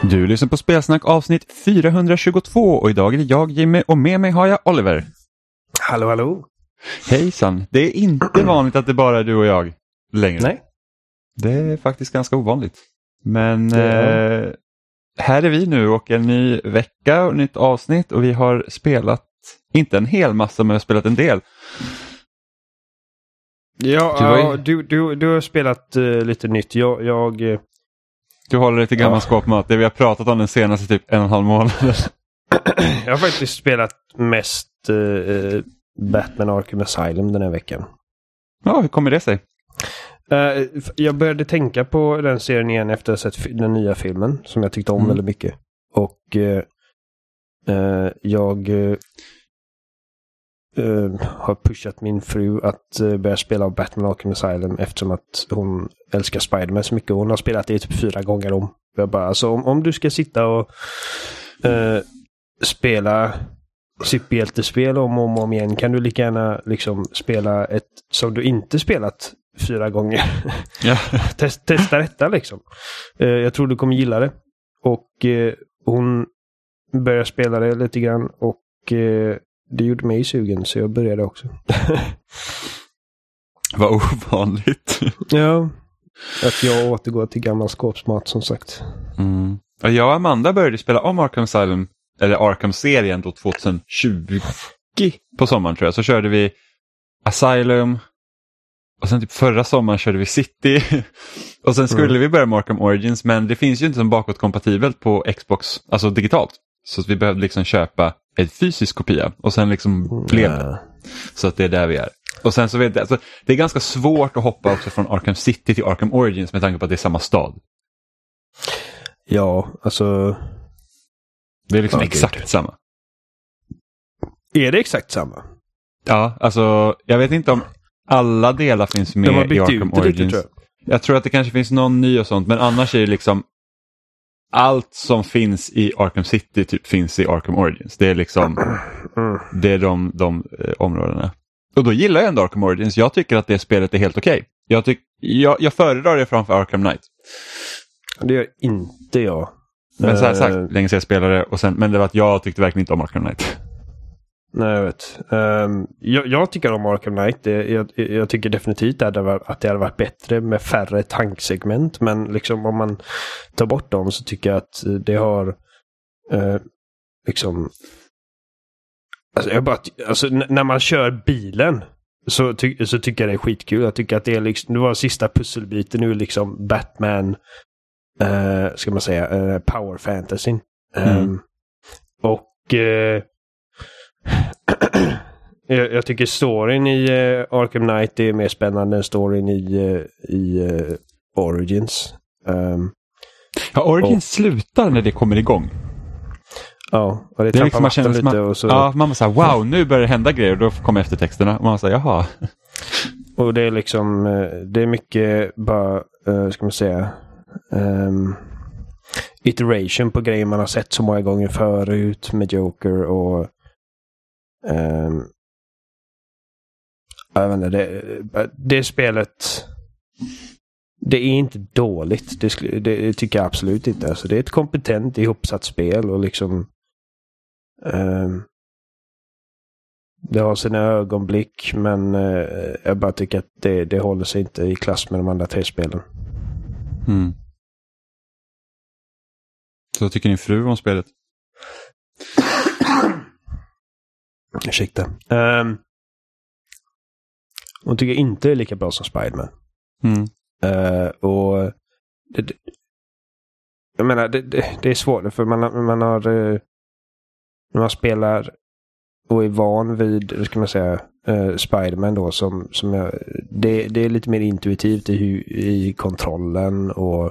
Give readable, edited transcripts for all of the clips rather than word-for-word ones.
Du lyssnar på Spelsnack avsnitt 422 och idag är det jag, Jimmy, och med mig har jag Oliver. Hallå, hallå. Hejsan, det är inte vanligt att det bara är du och jag längre. Nej. Det är faktiskt ganska ovanligt. Men här är vi nu och en ny vecka och nytt avsnitt och vi har spelat, inte en hel massa, men vi har spelat en del. Ja, du har spelat lite nytt. Du håller dig till gammal skåpmat, det vi har pratat om den senaste typ 1,5 månaden. Jag har faktiskt spelat mest Batman Arkham Asylum den här veckan. Ja, hur kommer det sig? Jag började tänka på den serien igen efter att ha sett den nya filmen som jag tyckte om väldigt mycket. Och jag har pushat min fru att börja spela Batman Arkham Asylum eftersom att hon älskar Spider-Man så mycket. Hon har spelat det typ 4 gånger om. Jag bara, alltså om du ska sitta och spela superhjältespel om igen, kan du lika gärna liksom spela ett som du inte spelat 4 gånger. Ja. Testa detta liksom. Jag tror du kommer gilla det. Och hon började spela det lite grann och det gjorde mig sugen så jag började också. Vad ovanligt. Ja, att jag återgår till gammal skåpsmat som sagt. Mm. Jag och Amanda började spela om Arkham Asylum, eller Arkham-serien då 2020 på sommaren tror jag. Så körde vi Asylum och sen typ förra sommaren körde vi City. Och sen skulle vi börja med Arkham Origins, men det finns ju inte som bakåtkompatibelt på Xbox, alltså digitalt. Så vi behövde liksom köpa en fysisk kopia och sen liksom blev det. Så att det är där vi är. Och sen så vet jag, alltså, det är ganska svårt att hoppa också från Arkham City till Arkham Origins med tanke på att det är samma stad. Ja, alltså... Det är liksom exakt samma. Är det exakt samma? Ja, alltså jag vet inte om alla delar finns med i Arkham Origins. Lite, tror jag tror att det kanske finns någon ny och sånt, men annars är det liksom allt som finns i Arkham City typ finns i Arkham Origins. Det är liksom det är de områdena. Och då gillar jag ändå Arkham Origins. Jag tycker att det spelet är helt okej. Jag föredrar det framför Arkham Knight. Det gör inte jag. Men så här sagt, länge sedan jag spelade och sen, men det var att jag tyckte verkligen inte om Arkham Knight. Nej, jag vet. Jag tycker om Arkham Knight. Jag tycker definitivt att det hade varit bättre med färre tanksegment. Men liksom om man tar bort dem så tycker jag att det har liksom... Alltså, när man kör bilen så tycker jag det är skitkul. Jag tycker att det är liksom, det var sista pusselbiten nu liksom Batman ska man säga power fantasy. Och jag tycker storyn i Arkham Knight är mer spännande än storyn i Origins. Ja, Origins slutar när det kommer igång. Ja, och det är liksom man känner lite man, och så... Ja, man säger wow, nu börjar det hända grejer och då kommer eftertexterna och man säger jaha. Och det är liksom det är mycket bara ska man säga iteration på grejer man har sett så många gånger förut med Joker och jag vet inte, det spelet det är inte dåligt, det tycker jag absolut inte. Alltså, det är ett kompetent ihopsatt spel och liksom det har sina ögonblick, men jag bara tycker att det håller sig inte i klass med de andra 3 spelen. Så tycker din fru om spelet? Ursäkta. Hon tycker inte det är lika bra som Spider-Man. Och jag menar det är svårt för man har när man spelar och är van vid, hur ska man säga, Spider-Man då som det är lite mer intuitivt i kontrollen och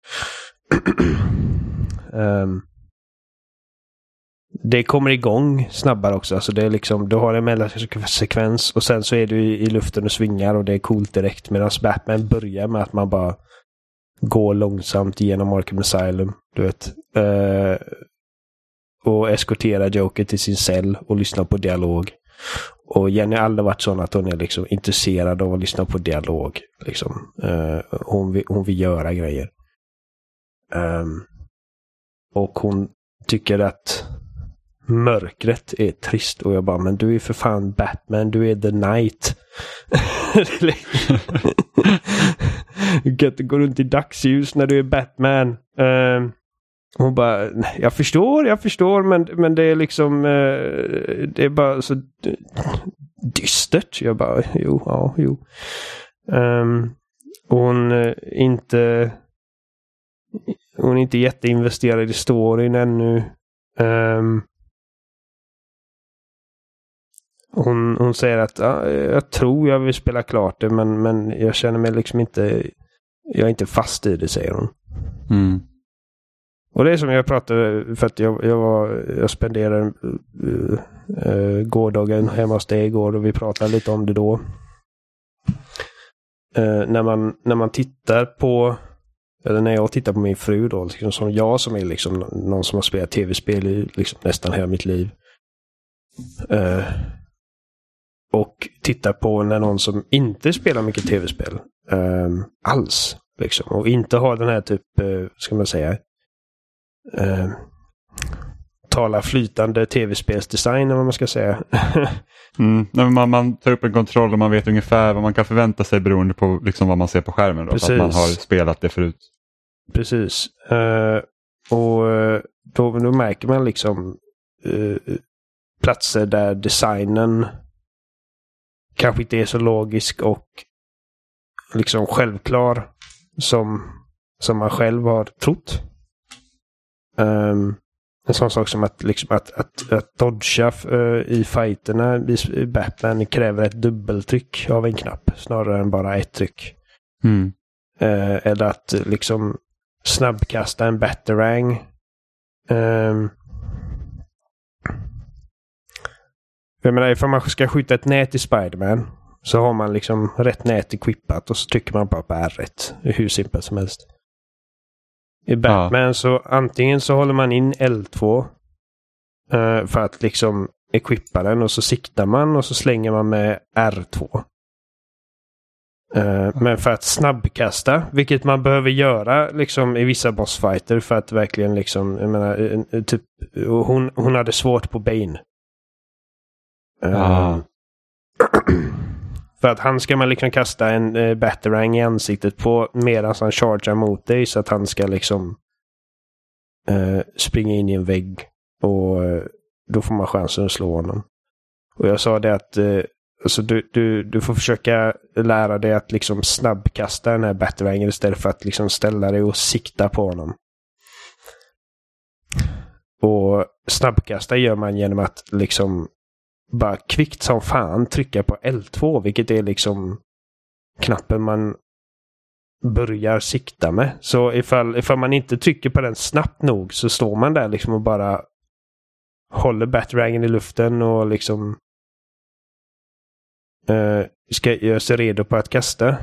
det kommer igång snabbare också. Alltså det är liksom, du har en mellansekvens och sen så är du i luften och svingar och det är coolt direkt, medan Batman börjar med att man bara går långsamt genom Arkham Asylum, du vet, och eskorterar Joker till sin cell och lyssnar på dialog. Och Jenny har aldrig varit sån att hon är liksom intresserad av att lyssna på dialog liksom. Hon vill göra grejer. och hon tycker att mörkret är trist. Och jag bara, men du är för fan Batman, du är The Knight. Du kan inte gå runt i dagsljus när du är Batman. Hon bara, jag förstår, men det är liksom det är bara så dystert. Jag bara, jo. Hon är inte jätteinvesterad i storyn ännu. Hon säger att jag tror jag vill spela klart det, men jag känner mig liksom inte, jag är inte fast i det, säger hon. Mm. Och det är som jag pratade, för att jag spenderade gårdagen hemma hos dig igår och vi pratade lite om det då. När man tittar på, eller när jag tittar på min fru då, liksom som jag som är liksom någon som har spelat tv-spel i liksom nästan hela mitt liv. Och tittar på när någon som inte spelar mycket tv-spel alls liksom, och inte har den här typ, ska man säga, tala flytande tv-spelsdesign, eller vad man ska säga. Man tar upp en kontroll och man vet ungefär vad man kan förvänta sig beroende på liksom vad man ser på skärmen. Då, att man har spelat det förut. Precis. Och då märker man liksom platser där designen kanske inte är så logisk och liksom självklar som man själv har trott. En sån sak som att dodga i fighterna i Batman kräver ett dubbeltryck av en knapp snarare än bara ett tryck. Eller att liksom snabbkasta en batarang. Jag menar, ifall man ska skjuta ett nät i Spider-Man så har man liksom rätt nät equippat och så trycker man bara på R1. Det är hur simpelt som helst. I Batman så antingen så håller man in L2 för att liksom equippa den, och så siktar man och så slänger man med R2. Men för att snabbkasta, vilket man behöver göra liksom i vissa bossfighter för att verkligen liksom, jag menar, typ, hon hade svårt på Bane. För att han ska man liksom kasta en batarang i ansiktet på medan han chargear mot dig, så att han ska liksom springa in i en vägg, och då får man chansen att slå honom. Och jag sa det att alltså du får försöka lära dig att liksom snabbkasta den här batarangen istället för att liksom ställa dig och sikta på honom. Och snabbkasta gör man genom att liksom bara kvickt som fan trycka på L2, vilket är liksom knappen man börjar sikta med. Så ifall man inte trycker på den snabbt nog så står man där liksom och bara håller batarangen i luften och liksom ska göra sig redo på att kasta.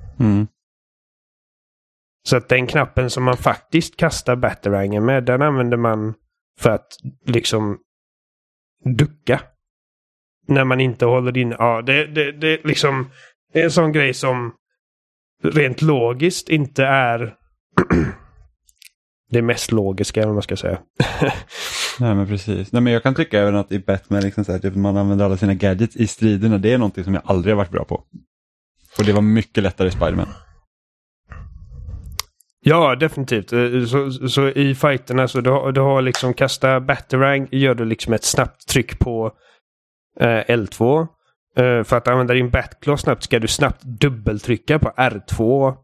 Så att den knappen som man faktiskt kastar batarangen med, den använder man för att liksom ducka. När man inte håller in... Ja, det liksom är en sån grej som rent logiskt inte är det mest logiska, eller vad man ska säga. Nej, men precis. Nej, men jag kan tycka även att i Batman liksom, så här, typ, man använder alla sina gadgets i striderna. Det är någonting som jag aldrig har varit bra på. Och det var mycket lättare i Spider-Man. Ja, definitivt. Så i fighterna så du har liksom kasta batarang, gör du liksom ett snabbt tryck på L2. För att använda din Batclaw snabbt ska du snabbt dubbeltrycka på R2.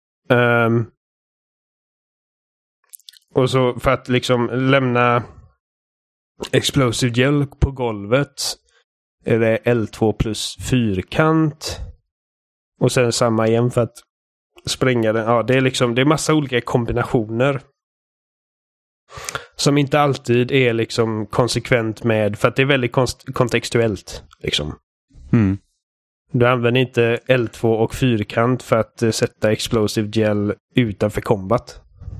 Och så för att liksom lämna explosive gel på golvet är det L2 plus fyrkant. Och sen samma igen för att spränga den. Ja, det är massa olika kombinationer som inte alltid är liksom konsekvent med, för att det är väldigt kontextuellt liksom. Du använder inte L2 och fyrkant för att sätta explosive gel utanför combat.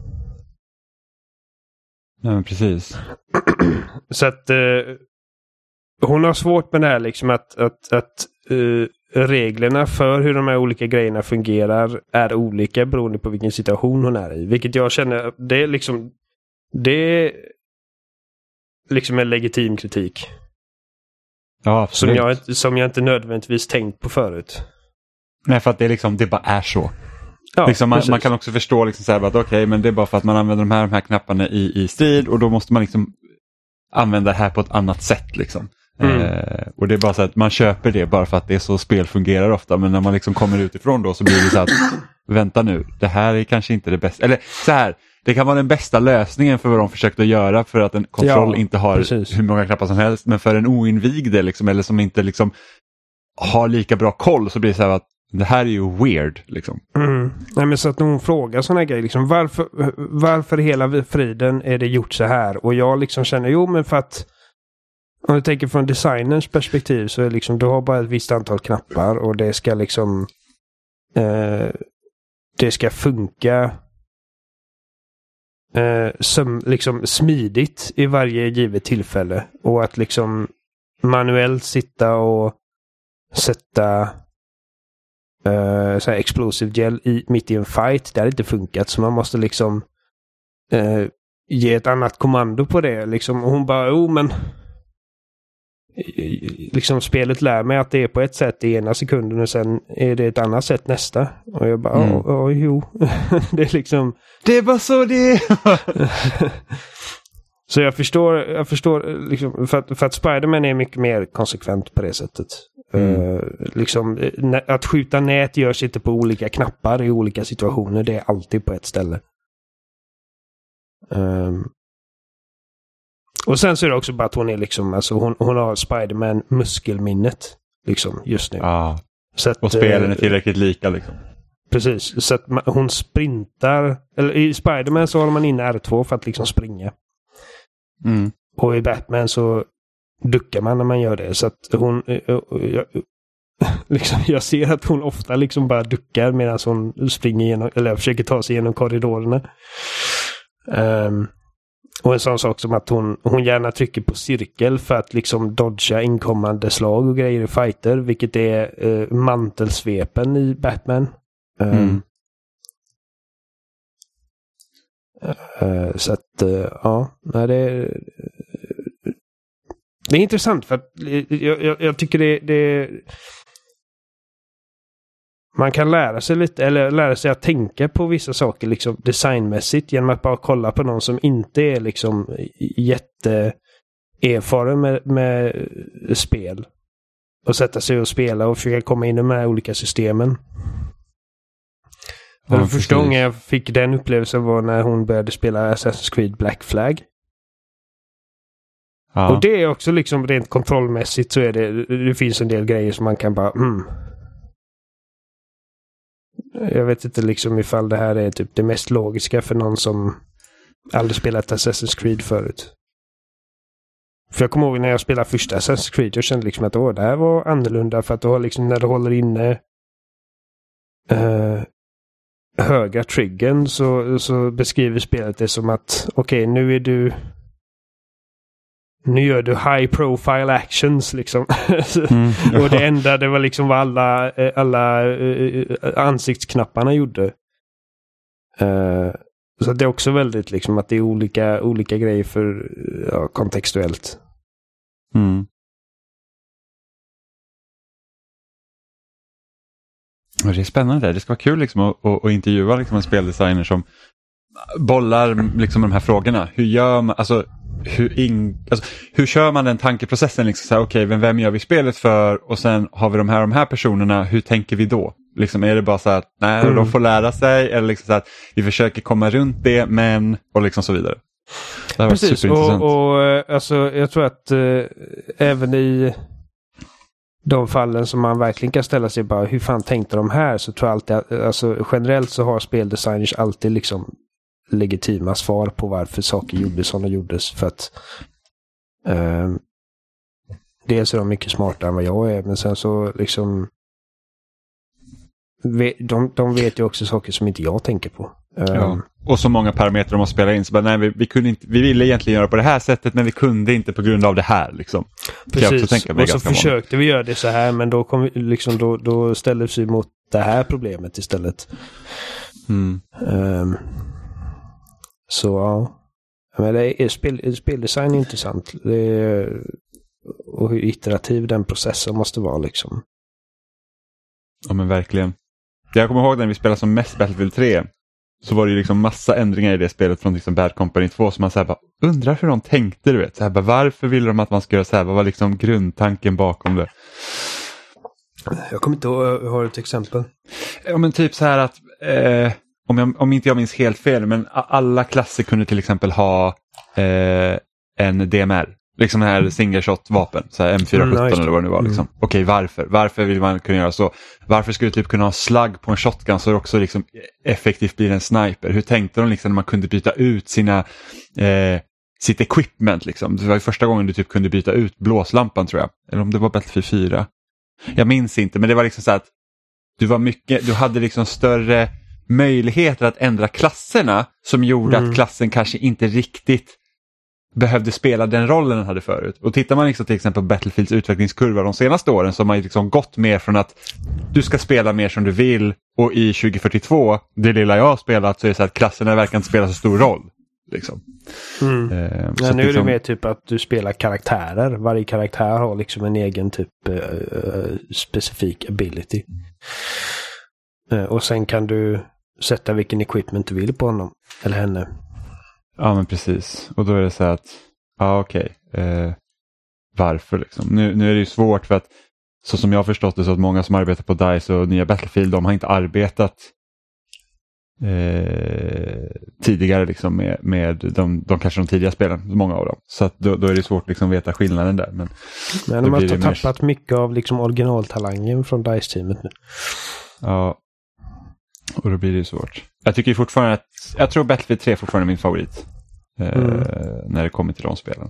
Ja, men precis. Så att hon har svårt med det här liksom att reglerna för hur de här olika grejerna fungerar är olika beroende på vilken situation hon är i. Vilket jag känner, Det är liksom en legitim kritik. Ja, absolut. Som jag inte nödvändigtvis tänkt på förut. Nej, för att det är liksom, det bara är så. Ja, liksom man kan också förstå liksom så här, att okej, men det är bara för att man använder de här knapparna i strid, och då måste man liksom använda det här på ett annat sätt liksom. Och det är bara så att man köper det bara för att det är så spel fungerar ofta, men när man liksom kommer utifrån då så blir det så att vänta nu, det här är kanske inte det bästa, eller så här, det kan vara den bästa lösningen för vad de försökte göra, för att en kontroll inte har hur många knappar som helst, men för en oinvigde liksom, eller som inte liksom har lika bra koll, så blir det så här att det här är ju weird liksom. Nej, men så att någon frågar sådana grejer liksom, varför hela friden är det gjort så här? Och jag liksom känner, men för att om du tänker från designers perspektiv så är liksom, du har bara ett visst antal knappar och det ska liksom det ska funka liksom smidigt i varje givet tillfälle, och att liksom manuellt sitta och sätta så här explosive gel mitt i en fight, det har inte funkat, så man måste liksom ge ett annat kommando på det liksom. Och hon bara, men liksom spelet lär mig att det är på ett sätt i ena sekunden och sen är det ett annat sätt nästa, och jag bara, jo det är liksom, det är bara så det är. Så jag förstår liksom, för att Spider-Man är mycket mer konsekvent på det sättet. Liksom, att skjuta nät görs inte på olika knappar i olika situationer, det är alltid på ett ställe. Och sen så är det också bara att hon är liksom, alltså hon har Spider-Man muskelminnet liksom just nu. Så att, och spelen är tillräckligt lika liksom. Precis, så att hon sprintar, eller i Spider-Man så har man inne R2 för att liksom springa. Och i Batman så duckar man när man gör det, så att hon liksom, jag ser att hon ofta liksom bara duckar medan hon springer igenom, eller försöker ta sig igenom korridorerna. Och en sån sak som att hon gärna trycker på cirkel för att liksom dodga inkommande slag och grejer i fighter, vilket är mantelsvepen i Batman. Så att det är intressant, för att jag tycker det man kan lära sig lite, eller lära sig att tänka på vissa saker liksom designmässigt, genom att bara kolla på någon som inte är liksom jätteerfaren med spel och sätta sig och spela och försöka komma in i de här olika systemen. Ja, första gången jag fick den upplevelsen var när hon började spela Assassin's Creed Black Flag. Ja. Och det är också liksom rent kontrollmässigt så är det finns en del grejer som man kan bara jag vet inte liksom ifall det här är typ det mest logiska för någon som aldrig spelat Assassin's Creed förut. För jag kommer ihåg när jag spelade första Assassin's Creed, jag kände liksom att det här var annorlunda, för att du har liksom, när du håller inne höga triggern så beskriver spelet det som att okej, nu gör du high profile actions liksom. Och det enda, det var liksom vad alla ansiktsknapparna gjorde. Så det är också väldigt liksom att det är olika grejer för kontextuellt. Och det är spännande. Det ska vara kul liksom att intervjua liksom en speldesigner som bollar liksom de här frågorna. Hur gör man, hur kör man den tankeprocessen liksom, så här, okej, vem gör vi spelet för, och sen har vi de här personerna, hur tänker vi då? Liksom, är det bara så att de får lära sig, eller liksom så att vi försöker komma runt det, men och liksom så vidare. Det här var superintressant. Och alltså, jag tror att även i de fallen som man verkligen kan ställa sig bara, hur fan tänkte de här, så tror jag alltid, alltså generellt så har speldesigners alltid liksom legitima svar på varför saker gjordes som de gjordes, för att dels är de mycket smartare än vad jag är, men sen så liksom de vet ju också saker som inte jag tänker på. Ja. Och så många parametrar de måste spela in, så bara, nej, vi ville egentligen göra på det här sättet, men vi kunde inte på grund av det här liksom. Precis, och så försökte vi göra det så här, men då kom vi liksom, då ställde vi mot det här problemet istället. Så ja. Men det är speldesign är intressant. Och hur iterativ den processen måste vara liksom. Ja men verkligen. Jag kommer ihåg när vi spelade som mest Battlefield 3. Så var det ju liksom massa ändringar i det spelet från liksom Bad Company 2 som man så här bara undrar hur de tänkte, du vet. Så här bara, varför ville de att man skulle göra så här? Vad var liksom grundtanken bakom det? Jag kommer inte ihåg, har du ett exempel? Ja men typ så här att om inte jag minns helt fel, men alla klasser kunde till exempel ha en DMR. Liksom den här single shot vapen, så här M417 eller vad det nu var liksom. Okej, varför vill man kunna göra så? Varför skulle du typ kunna ha slagg på en shotgun så det också liksom effektivt blir en sniper? Hur tänkte de liksom när man kunde byta ut sitt equipment liksom? Det var ju första gången du typ kunde byta ut blåslampan, tror jag. Eller om det var Battlefield 4. Jag minns inte, men det var liksom så att du hade liksom större möjligheter att ändra klasserna som gjorde att klassen kanske inte riktigt behövde spela den rollen den hade förut. Och tittar man liksom till exempel på Battlefields utvecklingskurva de senaste åren, så har man liksom gått mer från att du ska spela mer som du vill, och i 2042, det lilla jag har spelat, så är det så att klasserna verkar inte spela så stor roll. Liksom. Så nu är det mer typ att du spelar karaktärer. Varje karaktär har liksom en egen typ specifik ability. Och sen kan du sätta vilken equipment du vill på honom eller henne. Ja men precis. Och då är det så att okej. Varför liksom? Nu är det ju svårt för att så som jag har förstått det, så att många som arbetar på DICE och nya Battlefield, de har inte arbetat tidigare liksom med de kanske de tidiga spelen, många av dem. Så att då är det svårt liksom veta skillnaden där. Men de har tappat mycket av liksom originaltalangen från DICE-teamet nu. Ja. Och då blir det svårt. Jag tycker fortfarande att jag tror Battlefield 3 är fortfarande min favorit när det kommer till de spelen.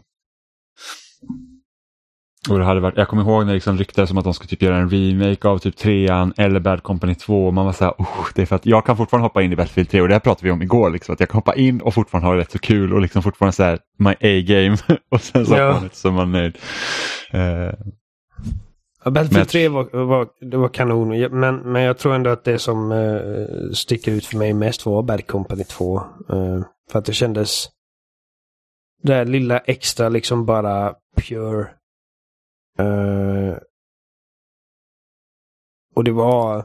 Och det hade varit, jag kommer ihåg när det liksom ryktades som att de skulle typ göra en remake av typ 3an eller Bad Company 2, och man var så här, det är för att jag kan fortfarande hoppa in i Battlefield 3, och det här pratade vi om igår liksom, att jag kan hoppa in och fortfarande ha det rätt så kul och liksom fortfarande så här my A-game och sen så hoppar man inte så man är nöjd. Battlefield 3 var kanon, men jag tror ändå att det som sticker ut för mig mest var Bad Company 2. För att det kändes det här lilla extra liksom bara pure. Och det var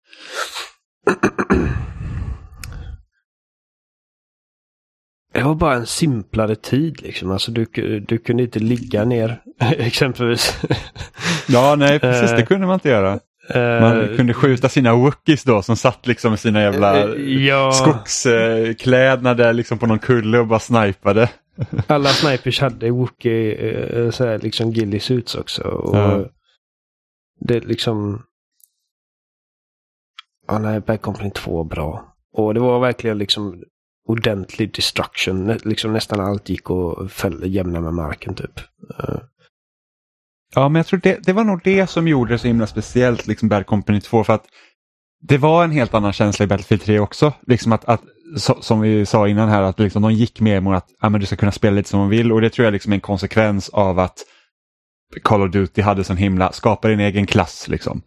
det var bara en simplare tid liksom. Alltså du kunde inte ligga ner exempelvis. Ja, nej, precis, det kunde man inte göra. Man kunde skjuta sina Wookiees då som satt liksom med sina jävla skogsklädnader liksom på någon kulle och bara snipade. Alla snipers hade Wookie så här liksom ghillie-suits också. Och det liksom Bad Company 2 bra. Och det var verkligen liksom ordentlig destruction. Liksom nästan allt gick och föll jämna med marken typ. Ja, men jag tror det var nog det som gjorde det så himla speciellt liksom Bad Company 2, för att det var en helt annan känsla i Battlefield 3 också. Liksom att som vi sa innan här, att liksom de gick mer mot att men du ska kunna spela lite som man vill, och det tror jag liksom är en konsekvens av att Call of Duty hade sån himla, skapade en egen klass liksom.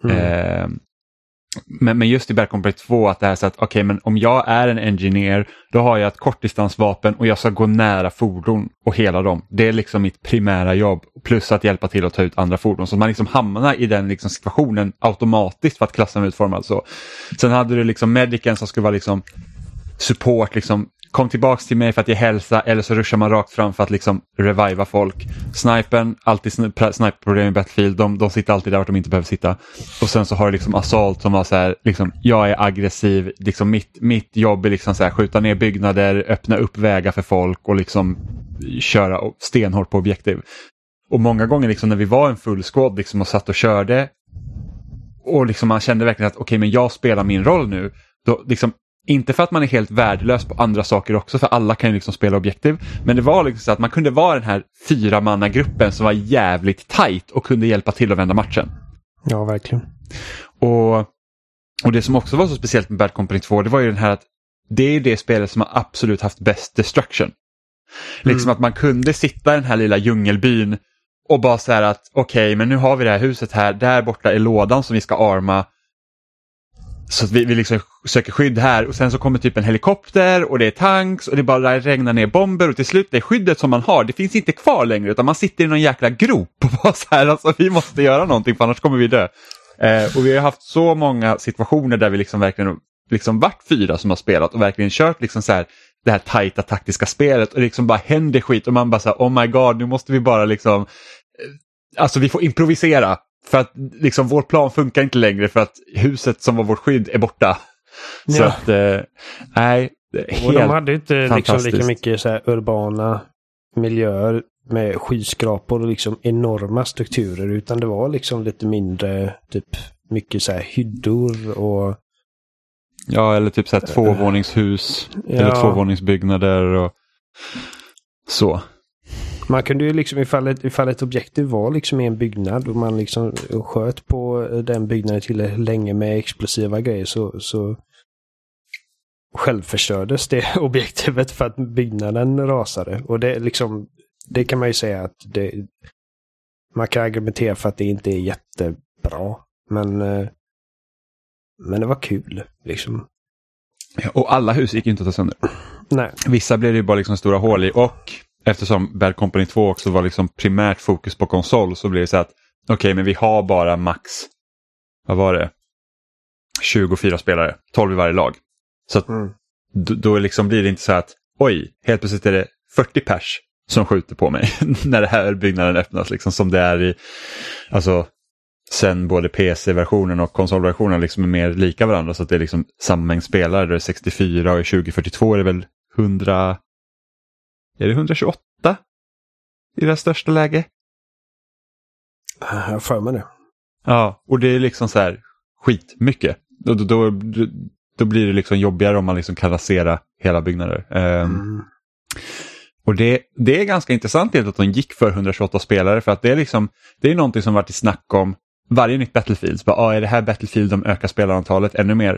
Men just i Bad Company 2 att det här så att okej, men om jag är en engineer, då har jag ett kortdistansvapen och jag ska gå nära fordon och hela dem. Det är liksom mitt primära jobb, plus att hjälpa till att ta ut andra fordon. Så man liksom hamnar i den liksom situationen automatiskt för att klassen är utformad så. Sen hade du liksom medicen som skulle vara liksom support, liksom kom tillbaks till mig för att ge hälsa, eller så ruschar man rakt fram för att liksom reviva folk. Snipern, alltid sniperproblem i Battlefield, de sitter alltid där vart de inte behöver sitta. Och sen så har du liksom Assault som var så här, liksom, jag är aggressiv, liksom mitt jobb är liksom så här, skjuta ner byggnader, öppna upp vägar för folk och liksom köra stenhårt på objektiv. Och många gånger liksom när vi var en full squad liksom och satt och körde, och liksom man kände verkligen att okej, men jag spelar min roll nu, då liksom, inte för att man är helt värdelös på andra saker också, för alla kan ju liksom spela objektiv, men det var liksom så att man kunde vara den här 4-mannagruppen som var jävligt tight och kunde hjälpa till att vända matchen. Ja, verkligen. Och det som också var så speciellt med Bad Company 2, det var ju den här att det är det spelet som har absolut haft bäst destruction. Liksom att man kunde sitta i den här lilla djungelbyn och bara så här att okej, men nu har vi det här huset här, där borta är lådan som vi ska arma. Så att vi liksom söker skydd här och sen så kommer typ en helikopter och det är tanks och det bara regnar ner bomber och till slut det skyddet som man har, det finns inte kvar längre utan man sitter i någon jäkla grop och bara så här, alltså vi måste göra någonting för annars kommer vi dö. Och vi har haft så många situationer där vi liksom verkligen liksom varit 4 som har spelat och verkligen kört liksom så här det här tajta taktiska spelet och liksom bara händer skit och man bara så här, oh my god, nu måste vi bara liksom alltså vi får improvisera för att liksom vår plan funkar inte längre för att huset som var vårt skydd är borta. Ja. Så att nej, helt och de hade inte liksom lika mycket så här urbana miljöer med skyskrapor och liksom enorma strukturer utan det var liksom lite mindre typ mycket så här hyddor och ja, eller typ så här 2-våningshus eller 2-våningsbyggnader och så. Man kunde ju liksom ifall ett objektiv var liksom i en byggnad och man liksom sköt på den byggnaden till länge med explosiva grejer så självförstördes det objektivet för att byggnaden rasade. Och det liksom det kan man ju säga att man kan argumentera för att det inte är jättebra. Men det var kul liksom. Ja, och alla hus gick inte att ta sönder. Nej. Vissa blev det ju bara liksom stora hål i och eftersom Bad Company 2 också var liksom primärt fokus på konsol så blev det så att okej, men vi har bara max, vad var det? 24 spelare, 12 i varje lag. Så att då liksom blir det inte så att oj, helt plötsligt är det 40 pers som skjuter på mig när det här byggnaden öppnas liksom som det är i alltså sen både PC-versionen och konsolversionen liksom är mer lika varandra så att det är liksom samma mängd spelare, det är 64 och i 2042 är det väl 100. Är det 128 i det största läge? Jag får med det. Ja, och det är liksom så här skitmycket. Då blir det liksom jobbigare om man liksom kan rasera hela byggnader. Och det är ganska intressant att de gick för 128 spelare för att det är liksom, det är någonting som varit i snack om varje nytt Battlefield. Så bara, är det här Battlefield de ökar spelarantalet ännu mer?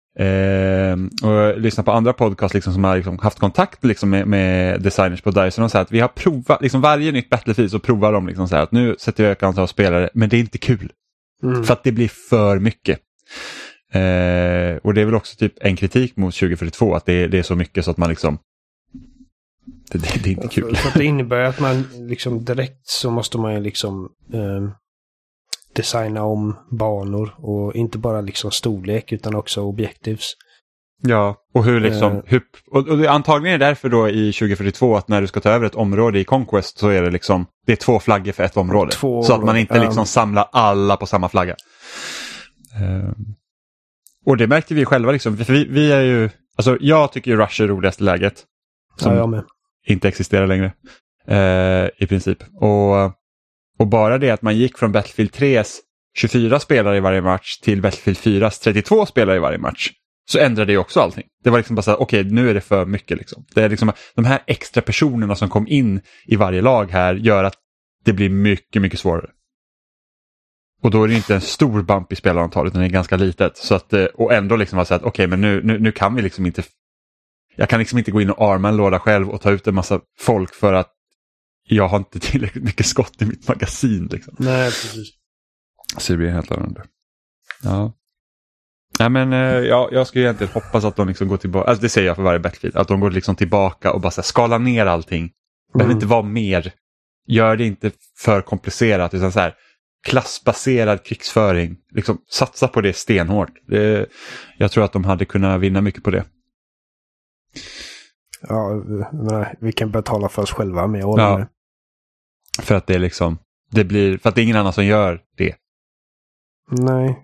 Och lyssna på andra podcast liksom, som har liksom haft kontakt liksom, med designers på DICE och så här, att vi har provat liksom, varje nytt Battlefield så provar de liksom, så här, att nu sätter vi öka antal spelare men det är inte kul för att det blir för mycket och det är väl också typ en kritik mot 2042 att det är så mycket så att man liksom det är inte kul. För att det innebär att man liksom direkt så måste man ju liksom designa om banor och inte bara liksom storlek utan också objectives. Ja, och hur liksom och det antagligen är därför då i 2042 att när du ska ta över ett område i Conquest så är det liksom det är 2 flaggor för ett område. Så att man inte liksom samlar alla på samma flagga. Och det märkte vi själva liksom, för vi är ju alltså jag tycker ju Rush är roligaste läget som inte existerar längre i princip. Och bara det att man gick från Battlefield 3s 24 spelare i varje match till Battlefield 4s 32 spelare i varje match så ändrade det ju också allting. Det var liksom bara så här, okej, nu är det för mycket liksom. Det är liksom de här extra personerna som kom in i varje lag här gör att det blir mycket, mycket svårare. Och då är det inte en stor bump i spelarantalet utan det är ganska litet. Så att, och ändå liksom var så att okej, men nu kan vi liksom inte jag kan liksom inte gå in och arma en låda själv och ta ut en massa folk för att jag har inte tillräckligt mycket skott i mitt magasin liksom. Nej, precis. Så det blir helt annorlunda. Ja. Nej men jag skulle egentligen hoppas att de liksom går tillbaka, alltså det säger jag för varje Battlefield, att de går liksom tillbaka och bara så här, skala ner allting. Det behöver inte vara mer. Gör det inte för komplicerat utan så här klassbaserad krigsföring. Liksom satsa på det stenhårt. Jag tror att de hade kunnat vinna mycket på det. Ja, vi kan börja tala för oss själva med åldern. Ja, för att det är liksom för att det är ingen annan som gör det. Nej.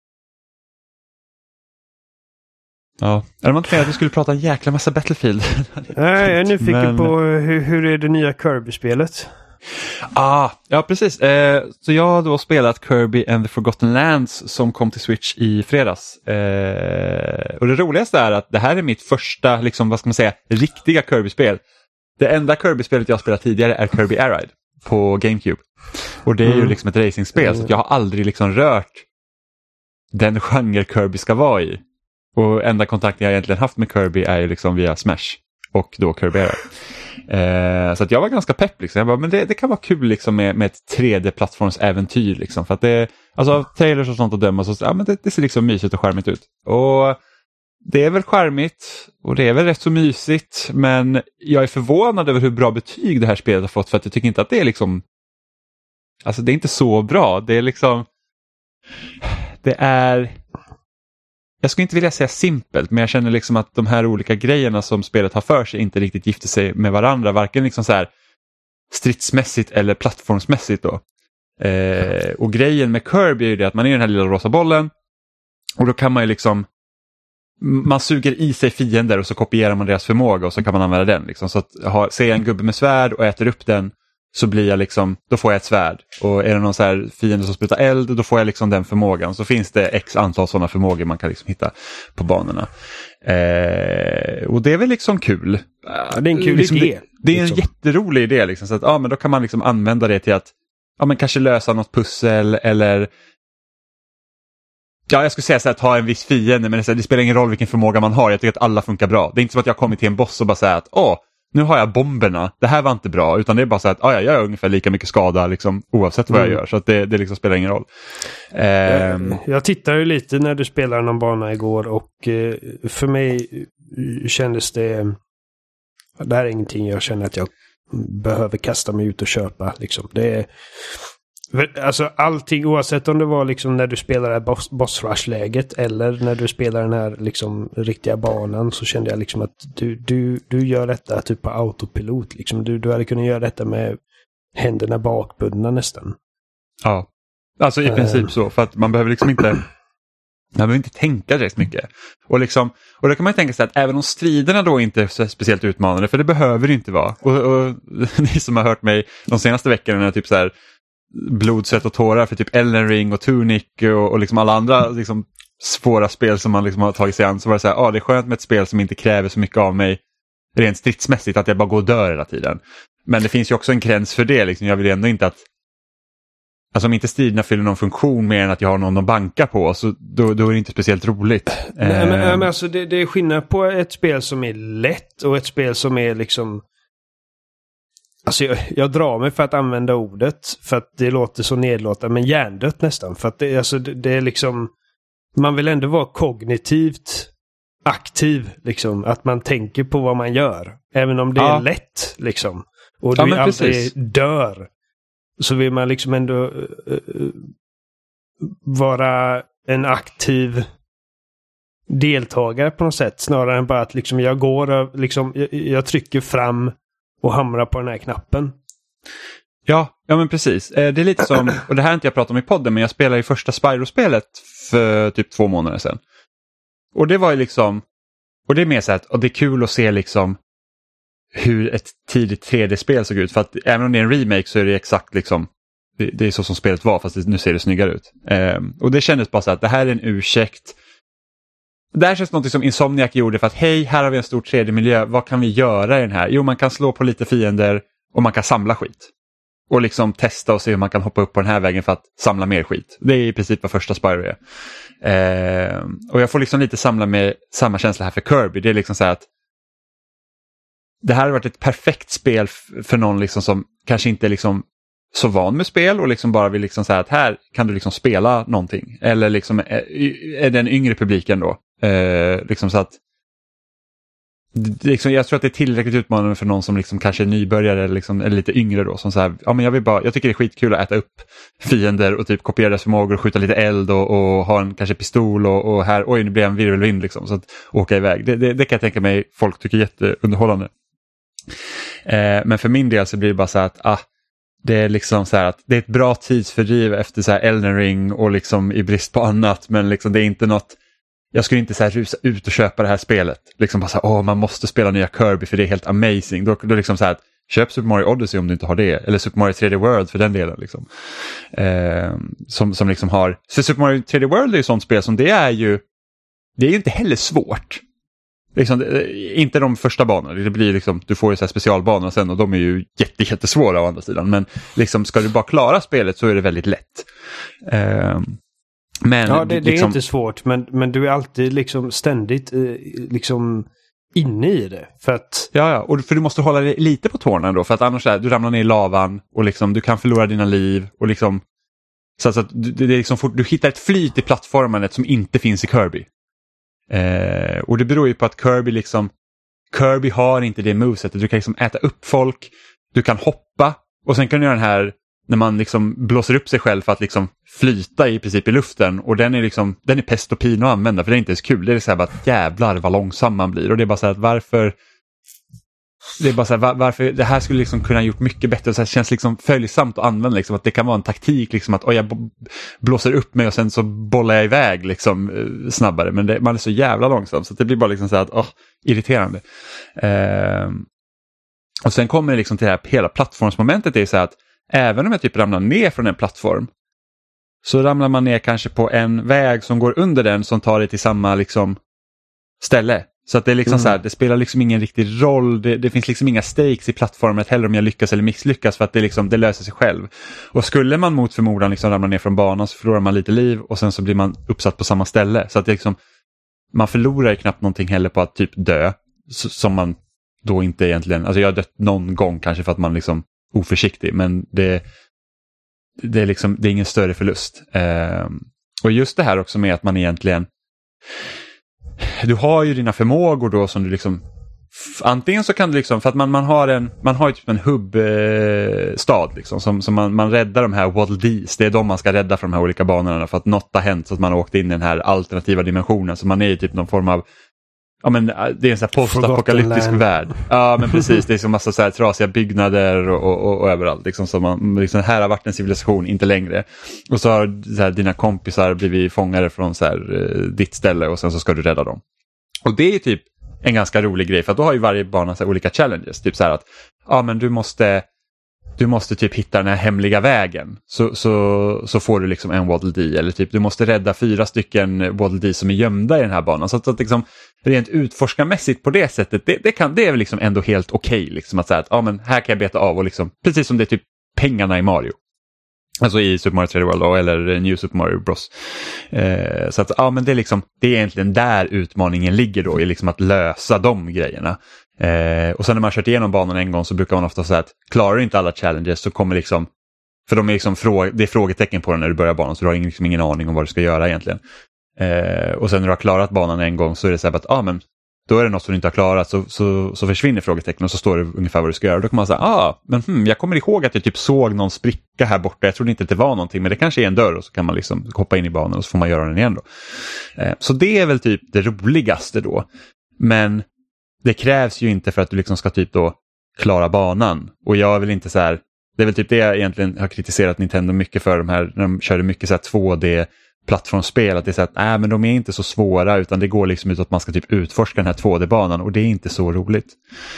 Ja, det var inte mer att vi skulle prata en jäkla massa Battlefield. Nej, jag är nyfiken på hur är det nya Kirby-spelet? Ja precis. Så jag har då spelat Kirby and the Forgotten Lands som kom till Switch i fredags. Och det roligaste är att det här är mitt första, liksom, vad ska man säga, riktiga Kirby-spel. Det enda Kirby-spelet jag spelat tidigare är Kirby Air Ride på GameCube. Och det är ju liksom ett racingspel så jag har aldrig liksom rört den genre Kirby ska vara i. Och enda kontakten jag egentligen haft med Kirby är ju liksom via Smash och då Kirby Air Ride. Så att jag var ganska pepp liksom. Jag bara, men det kan vara kul liksom med ett 3D-plattformsäventyr liksom. För att det, alltså av trailers och sånt att döma så, ja men det ser liksom mysigt och charmigt ut. Och det är väl charmigt och det är väl rätt så mysigt, men jag är förvånad över hur bra betyg det här spelet har fått, för att jag tycker inte att det är liksom, alltså det är inte så bra. Det är liksom, det är, jag skulle inte vilja säga simpelt, men jag känner liksom att de här olika grejerna som spelet har för sig inte riktigt gifter sig med varandra, varken liksom så här stridsmässigt eller plattformsmässigt då. Och grejen med Kirby är ju det att man är den här lilla rosa bollen och då kan man ju liksom, man suger i sig fiender och så kopierar man deras förmåga och så kan man använda den liksom. Så att ser jag en gubbe med svärd och äter upp den, så blir jag liksom, då får jag ett svärd. Och är det någon så här fiende som sprutar eld, då får jag liksom den förmågan. Så finns det x antal sådana förmågor man kan liksom hitta på banorna. Och det är väl liksom kul. Ja, det är en kul liksom, idé. Det är en jätterolig idé liksom. Så att men då kan man liksom använda det till att men kanske lösa något pussel eller jag skulle säga så här, ta en viss fiende, men det spelar ingen roll vilken förmåga man har. Jag tycker att alla funkar bra. Det är inte som att jag kommit till en boss och bara säger att nu har jag bomberna. Det här var inte bra, utan det är bara så att jag gör ungefär lika mycket skada liksom, oavsett vad jag gör. Så att det liksom spelar ingen roll. Jag tittade ju lite när du spelade någon bana igår och för mig kändes det här är ingenting jag känner att jag behöver kasta mig ut och köpa. Liksom. Det är alltså allting, oavsett om det var liksom när du spelar det här boss rush-läget eller när du spelar den här liksom riktiga banan, så kände jag liksom att du gör detta typ på autopilot. Liksom. Du hade kunnat göra detta med händerna bakbundna nästan. Ja. Alltså i princip så, för att man behöver liksom inte tänka rätt mycket. Och då kan man tänka sig att även om striderna då inte är så speciellt utmanande, för det behöver det inte vara. Och ni som har hört mig de senaste veckorna när typ så här blod, svett och tårar för typ Elden Ring och Tunic och liksom alla andra liksom svåra spel som man liksom har tagit sig an, så var det så här, det är skönt med ett spel som inte kräver så mycket av mig rent stridsmässigt, att jag bara går och dör hela tiden. Men det finns ju också en gräns för det liksom. Jag vill ändå inte att, alltså om inte striderna fyller någon funktion mer än att jag har någon att banka på, så då är det inte speciellt roligt. Nej, men alltså det är skillnad på ett spel som är lätt och ett spel som är liksom, alltså jag drar mig för att använda ordet för att det låter så nedlåtande, men hjärndött nästan, för att det är liksom, man vill ändå vara kognitivt aktiv liksom, att man tänker på vad man gör även om det är lätt liksom, och du aldrig dör, så vill man liksom ändå vara en aktiv deltagare på något sätt, snarare än bara att liksom jag går och liksom, jag trycker fram och hamra på den här knappen. Ja men precis. Det är lite som, och det här har inte jag pratat om i podden, men jag spelade i första Spyro-spelet för typ 2 månader sedan. Och det var ju liksom, och det är mer så att det är kul att se liksom hur ett tidigt 3D-spel såg ut. För att även om det är en remake så är det exakt liksom, det är så som spelet var, fast nu ser det snyggare ut. Och det kändes bara så att det här är en ursäkt. Det här känns något som Insomniac gjorde för att hej, här har vi en stor 3D-miljö, vad kan vi göra i den här? Jo, man kan slå på lite fiender och man kan samla skit. Och liksom testa och se hur man kan hoppa upp på den här vägen för att samla mer skit. Det är i princip vad första Spyro är. Och jag får liksom lite samla med samma känsla här för Kirby. Det är liksom så här att det här har varit ett perfekt spel för någon liksom som kanske inte är liksom så van med spel och liksom bara vill liksom säga att här kan du liksom spela någonting. Eller liksom är den yngre publiken då. Liksom så att liksom, jag tror att det är tillräckligt utmanande för någon som liksom kanske är nybörjare eller, liksom, eller lite yngre då, som så här, men jag tycker det är skitkul att äta upp fiender och typ kopiera deras förmågor och skjuta lite eld och ha en kanske pistol och här, nu blir en virvelvind liksom, så att åka iväg. Det kan jag tänka mig folk tycker är jätteunderhållande. Men för min del så blir det bara så här att det är liksom så här att det är ett bra tidsfördriv efter så här Elden Ring och liksom i brist på annat, men liksom det är inte något. Jag skulle inte så här rusa ut och köpa det här spelet. Liksom bara så här, man måste spela nya Kirby för det är helt amazing. Då liksom så här, köp Super Mario Odyssey om du inte har det. Eller Super Mario 3D World för den delen. Liksom. Som liksom har. För Super Mario 3D World är ju sånt spel som det är ju inte heller svårt. Liksom, inte de första banorna. Det blir liksom, du får ju så här specialbanor sen och de är ju jättesvåra å andra sidan. Men liksom, ska du bara klara spelet så är det väldigt lätt. Men ja, det liksom, är inte svårt, men du är alltid liksom ständigt liksom inne i det. För att... Ja, och för du måste hålla dig lite på tårna då, för att annars du ramlar ner i lavan och liksom, du kan förlora dina liv och liksom, så att det är liksom du hittar ett flyt i plattformandet som inte finns i Kirby. Och det beror ju på att Kirby har inte det movesetet. Du kan liksom äta upp folk, du kan hoppa och sen kan du göra den här när man liksom blåser upp sig själv för att liksom flyta i princip i luften, och den är pest och pin att använda, för det är inte så kul. Det är så här bara att jävlar vad långsam man blir, och det är bara så här att varför det här skulle liksom kunna gjort mycket bättre, så här känns liksom följsamt att använda liksom, att det kan vara en taktik liksom att jag blåser upp mig och sen så bollar jag iväg liksom snabbare, men man är så jävla långsam så att det blir bara liksom så här att irriterande. Och sen kommer det liksom till det här hela plattformsmomentet, är så här att även om jag typ ramlar ner från en plattform, så ramlar man ner kanske på en väg som går under den som tar det till samma liksom ställe. Så att det är liksom så här, det spelar liksom ingen riktig roll. Det finns liksom inga stakes i plattformen heller om jag lyckas eller misslyckas, för att det löser sig själv. Och skulle man mot förmodan liksom ramla ner från banan, så förlorar man lite liv och sen så blir man uppsatt på samma ställe. Så att det liksom, man förlorar ju knappt någonting heller på att typ dö, som man då inte egentligen, alltså jag har dött någon gång kanske för att man liksom oförsiktig, men det är ingen större förlust. Och just det här också med att man egentligen, du har ju dina förmågor då som du liksom, antingen så kan du liksom, för att man har ju typ en hubbstad liksom, som man räddar de här Waddle Dees, det är de man ska rädda från de här olika banorna, för att något har hänt så att man har åkt in i den här alternativa dimensionen, så man är ju typ någon form av, ja men det är en sån här postapokalyptisk värld. Ja men precis, det är så massa så här trasiga byggnader och överallt liksom, så man liksom, här har varit en civilisation, inte längre. Och så har så här, dina kompisar blivit fångade från så här, ditt ställe, och sen så ska du rädda dem. Och det är ju typ en ganska rolig grej, för att då har ju varje bana så här olika challenges, typ så här att ja men du måste typ hitta den här hemliga vägen, så får du liksom en Waddle Dee, eller typ du måste rädda 4 stycken Waddle Dee som är gömda i den här banan, så att liksom rent utforskarmässigt på det sättet, det är väl liksom ändå helt okej, liksom att säga att ja men här kan jag beta av, och liksom precis som det är typ pengarna i Mario, alltså i Super Mario 3D World eller New Super Mario Bros. Så att ja men det är liksom, det är egentligen där utmaningen ligger då, i liksom att lösa de grejerna. Och sen när man kört igenom banan en gång, så brukar man ofta säga att klarar du inte alla challenges, så kommer liksom, för de är liksom det är frågetecken på den när du börjar banan, så du har liksom ingen aning om vad du ska göra egentligen. Och sen när du har klarat banan en gång, så är det så här att men då är det något som du inte har klarat, så försvinner frågetecknen, och så står det ungefär vad du ska göra. Då kan man säga, men jag kommer ihåg att jag typ såg någon spricka här borta, jag trodde inte att det var någonting, men det kanske är en dörr, och så kan man liksom hoppa in i banan och så får man göra den igen då. Så det är väl typ det roligaste då, men det krävs ju inte för att du liksom ska typ då klara banan. Och jag är väl inte så här, det är väl typ det jag egentligen har kritiserat Nintendo mycket för, de här, när de körde mycket så här 2D-plattformsspel, att det är så att men de är inte så svåra, utan det går liksom ut att man ska typ utforska den här 2D-banan, och det är inte så roligt.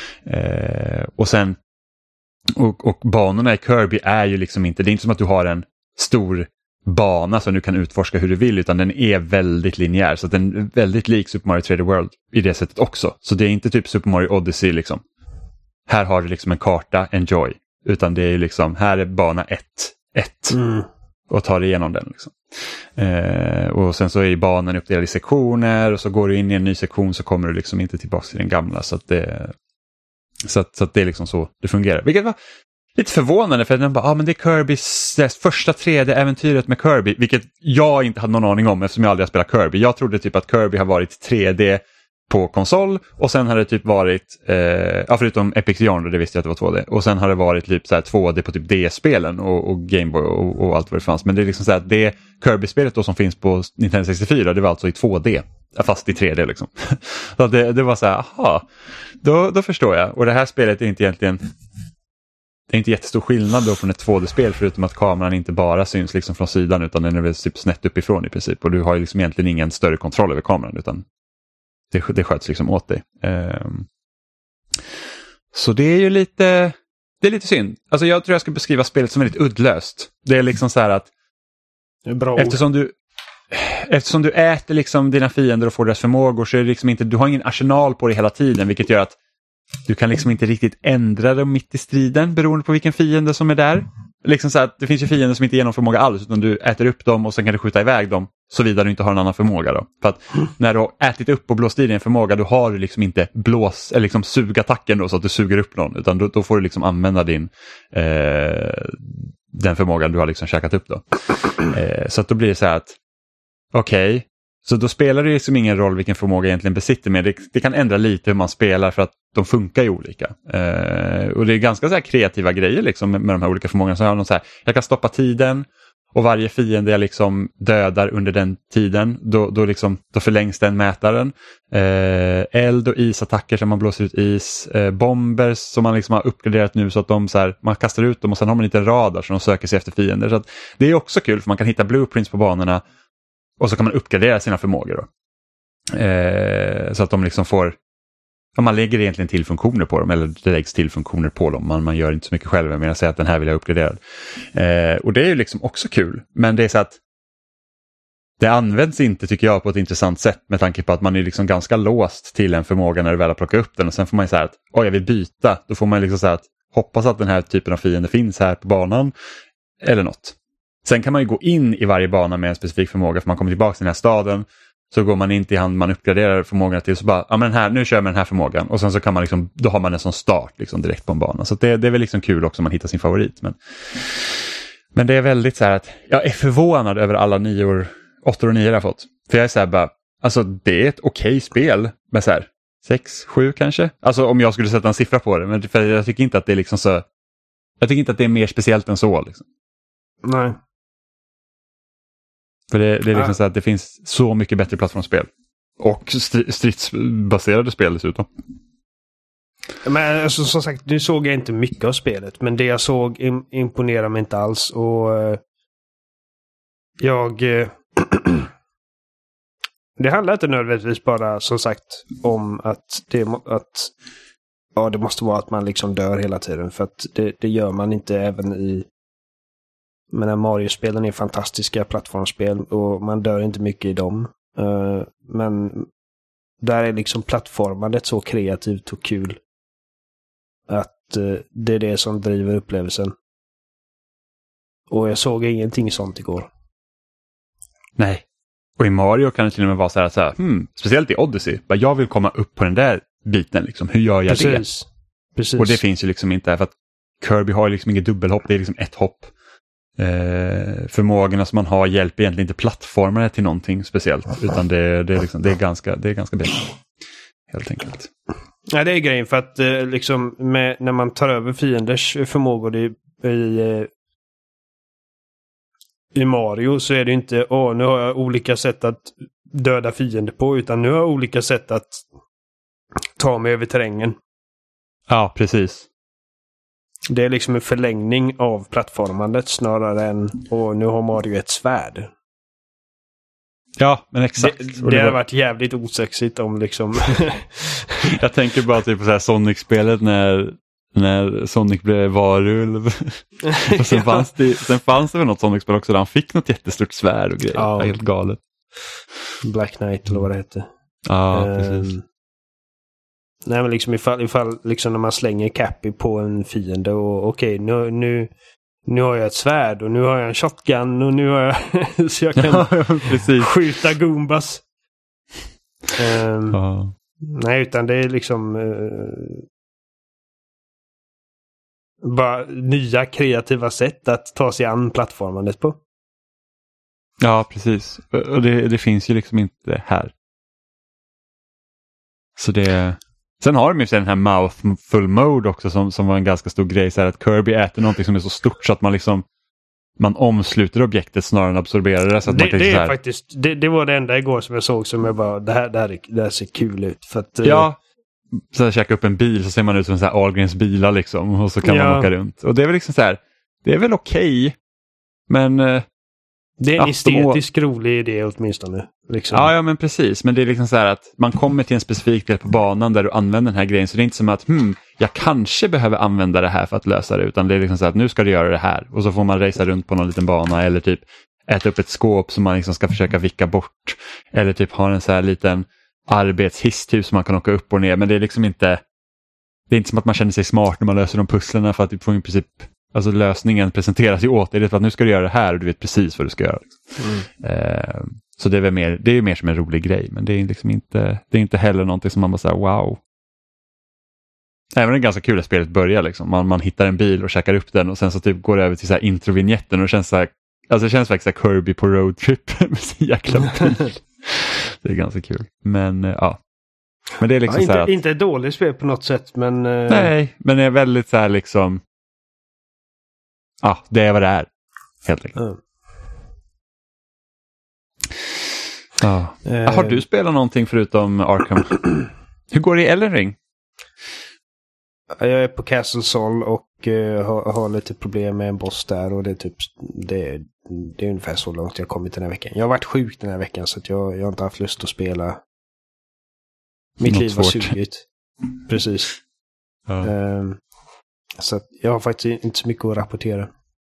Och sen och banorna i Kirby är ju liksom inte, det är inte som att du har en stor bana som du kan utforska hur du vill, utan den är väldigt linjär, så att den är väldigt lik Super Mario 3D World i det sättet också. Så det är inte typ Super Mario Odyssey liksom, här har du liksom en karta, enjoy, utan det är liksom, här är bana 1 och tar igenom den liksom. Och sen så är banan uppdelad i sektioner, och så går du in i en ny sektion, så kommer du liksom inte tillbaka till den gamla, så att det är liksom så det fungerar, vilket var lite förvånande, för att den bara, men det är Kirbys första 3D-äventyret med Kirby, vilket jag inte hade någon aning om, eftersom jag aldrig har spelat Kirby. Jag trodde typ att Kirby har varit 3D på konsol, och sen har det typ varit, förutom Epic Yarn, det visste jag att det var 2D, och sen har det varit typ så här 2D på typ DS-spelen och Game Boy och allt vad det fanns. Men det är liksom så här att det Kirby-spelet då som finns på Nintendo 64, det var alltså i 2D, fast i 3D liksom. Så det var så här, då förstår jag. Och det här spelet är inte egentligen, det är inte jättestor skillnad då från ett 2D-spel, förutom att kameran inte bara syns liksom från sidan, utan den är väl typ snett uppifrån i princip, och du har ju liksom egentligen ingen större kontroll över kameran, utan det sköts liksom åt dig. Så det är ju lite synd. Alltså jag tror jag ska beskriva spelet som väldigt uddlöst. Det är liksom så här att det är bra eftersom du äter liksom dina fiender och får deras förmågor, så är det liksom inte, du har ingen arsenal på dig hela tiden, vilket gör att du kan liksom inte riktigt ändra dem mitt i striden beroende på vilken fiende som är där. Liksom så att det finns ju fiender som inte ger någon förmåga alls, utan du äter upp dem och sen kan du skjuta iväg dem såvida du inte har en annan förmåga då. För att när du har ätit upp och blåst i din förmåga, då har du liksom inte eller liksom sugattacken då, så att du suger upp någon, utan då får du liksom använda den förmågan du har liksom käkat upp då. Så att då blir det så här att okej, så då spelar det liksom ingen roll vilken förmåga jag egentligen besitter med. Det kan ändra lite hur man spelar för att de funkar ju olika. Och det är ganska så här kreativa grejer liksom med de här olika förmågorna. Så jag har någon så här, jag kan stoppa tiden och varje fiende jag liksom dödar under den tiden, då förlängs den mätaren. Eld- och isattacker som man blåser ut is. Bombers som man liksom har uppgraderat nu så att de så här, man kastar ut dem och sen har man lite radar så de söker sig efter fiender. Så att det är också kul för man kan hitta blueprints på banorna och så kan man uppgradera sina förmågor då. Så att de liksom får, man lägger egentligen till funktioner på dem, eller det läggs till funktioner på dem. Man gör inte så mycket själv, men jag säger att den här vill jag uppgradera. Och det är ju liksom också kul, men det är så att det används inte, tycker jag, på ett intressant sätt med tanke på att man är liksom ganska låst till en förmåga när du väl har plockat upp den, och sen får man ju säga att jag vill byta. Då får man liksom säga att hoppas att den här typen av fiende finns här på banan eller något. Sen kan man ju gå in i varje bana med en specifik förmåga, för man kommer tillbaka till den här staden, så går man in till hand, man uppgraderar förmågorna till, så bara, men här, nu kör jag med den här förmågan, och sen så kan man liksom, då har man en sån start liksom direkt på en bana. Så det är väl liksom kul också om man hittar sin favorit, men det är väldigt så här att jag är förvånad över alla 8 och 9 jag har fått. För jag är så här bara, alltså det är ett okej spel med så här 6, 7 kanske. Alltså om jag skulle sätta en siffra på det, men för jag tycker inte att det är liksom så, jag tycker inte att det är mer speciellt än så liksom. Nej. För det är liksom så att det finns så mycket bättre plattformsspel. Och stridsbaserade spel dessutom. Men alltså, som sagt, nu såg jag inte mycket av spelet. Men det jag såg imponerar mig inte alls. Och det handlar inte nödvändigtvis bara, som sagt, om att det måste vara att man liksom dör hela tiden. För att det gör man inte även i... Men Mario-spelen är fantastiska plattformsspel och man dör inte mycket i dem. Men där är liksom plattformandet så kreativt och kul att det är det som driver upplevelsen. Och jag såg ingenting sånt igår. Nej. Och i Mario kan det till och med vara så här speciellt i Odyssey, jag vill komma upp på den där biten liksom. Hur gör jag det? Precis. Och det finns ju liksom inte här, för att Kirby har liksom inget dubbelhopp, det är liksom ett hopp. Förmågorna som man har hjälper egentligen inte plattformarna till någonting speciellt, utan det är ganska bra helt enkelt. Ja, det är grejen, för att liksom när man tar över fienders förmågor i Mario, så är det inte nu har jag olika sätt att döda fiender på, utan nu har jag olika sätt att ta mig över terrängen. Ja, precis. Det är liksom en förlängning av plattformandet snarare än nu har Mario ett svärd. Ja, men exakt. Det har varit jävligt osexigt om liksom... Jag tänker bara typ på så här Sonic-spelet när Sonic blev varulv. Och sen fanns det väl något Sonic-spel också där han fick något jättestort svärd och grejer. Ja. Helt galet. Black Knight eller vad det heter. Ja, precis. Nej, men liksom ifall liksom när man slänger Cappy på en fiende och okej, nu har jag ett svärd och nu har jag en shotgun och nu har jag så jag kan skjuta Goombas. Nej, utan det är liksom bara nya kreativa sätt att ta sig an plattformandet på. Ja, precis. Och det finns ju liksom inte här. Så det... Sen har de ju den här mouthful mode också som var en ganska stor grej, så här att Kirby äter någonting som är så stort så att man omsluter objektet snarare än absorberar det. Så att det är faktiskt, det var det enda igår som jag såg som jag bara, det här ser kul ut. För att, ja, så här, käka upp en bil så ser man ut som så här Ahlgrens bilar liksom, och så kan man åka runt. Och det är väl liksom så här, det är väl okej, men... Det är en estetisk rolig idé åtminstone. Liksom. Ja, men precis. Men det är liksom så här att man kommer till en specifik del på banan där du använder den här grejen. Så det är inte som att jag kanske behöver använda det här för att lösa det. Utan det är liksom så här att nu ska du göra det här. Och så får man resa runt på någon liten bana. Eller typ äta upp ett skåp som man liksom ska försöka vicka bort. Eller typ ha en så här liten arbetshiss typ som man kan åka upp och ner. Men det är liksom inte... Det är inte som att man känner sig smart när man löser de pusslerna. För att det får i princip... Alltså lösningen presenteras ju åt dig, för att nu ska du göra det här och du vet precis vad du ska göra. Så det är ju mer som en rolig grej, men det är liksom inte heller någonting som man bara säger wow. Även det är ganska kul att spelet börjar liksom. Man hittar en bil och checkar upp den och sen så typ går det över till så här introvignetten och det känns så här, alltså det känns faktiskt så här Kirby på roadtrip med sin jäkla bil. Det är ganska kul. Men ja. Men det är liksom inte, så här att, inte ett dåligt spel på något sätt, men nej, men det är väldigt så här liksom, ja, det är vad det är helt enkelt. Ja. Har du spelat någonting förutom Arkham? Hur går det i Elden Ring? Jag är på Castle Sol och har lite problem med en boss där och det är typ det är ungefär så långt jag kommit den här veckan. Jag har varit sjuk den här veckan så att jag har inte haft lust att spela. Mitt liv var sugigt. Precis. Ja. Så att jag har faktiskt inte så mycket att rapportera.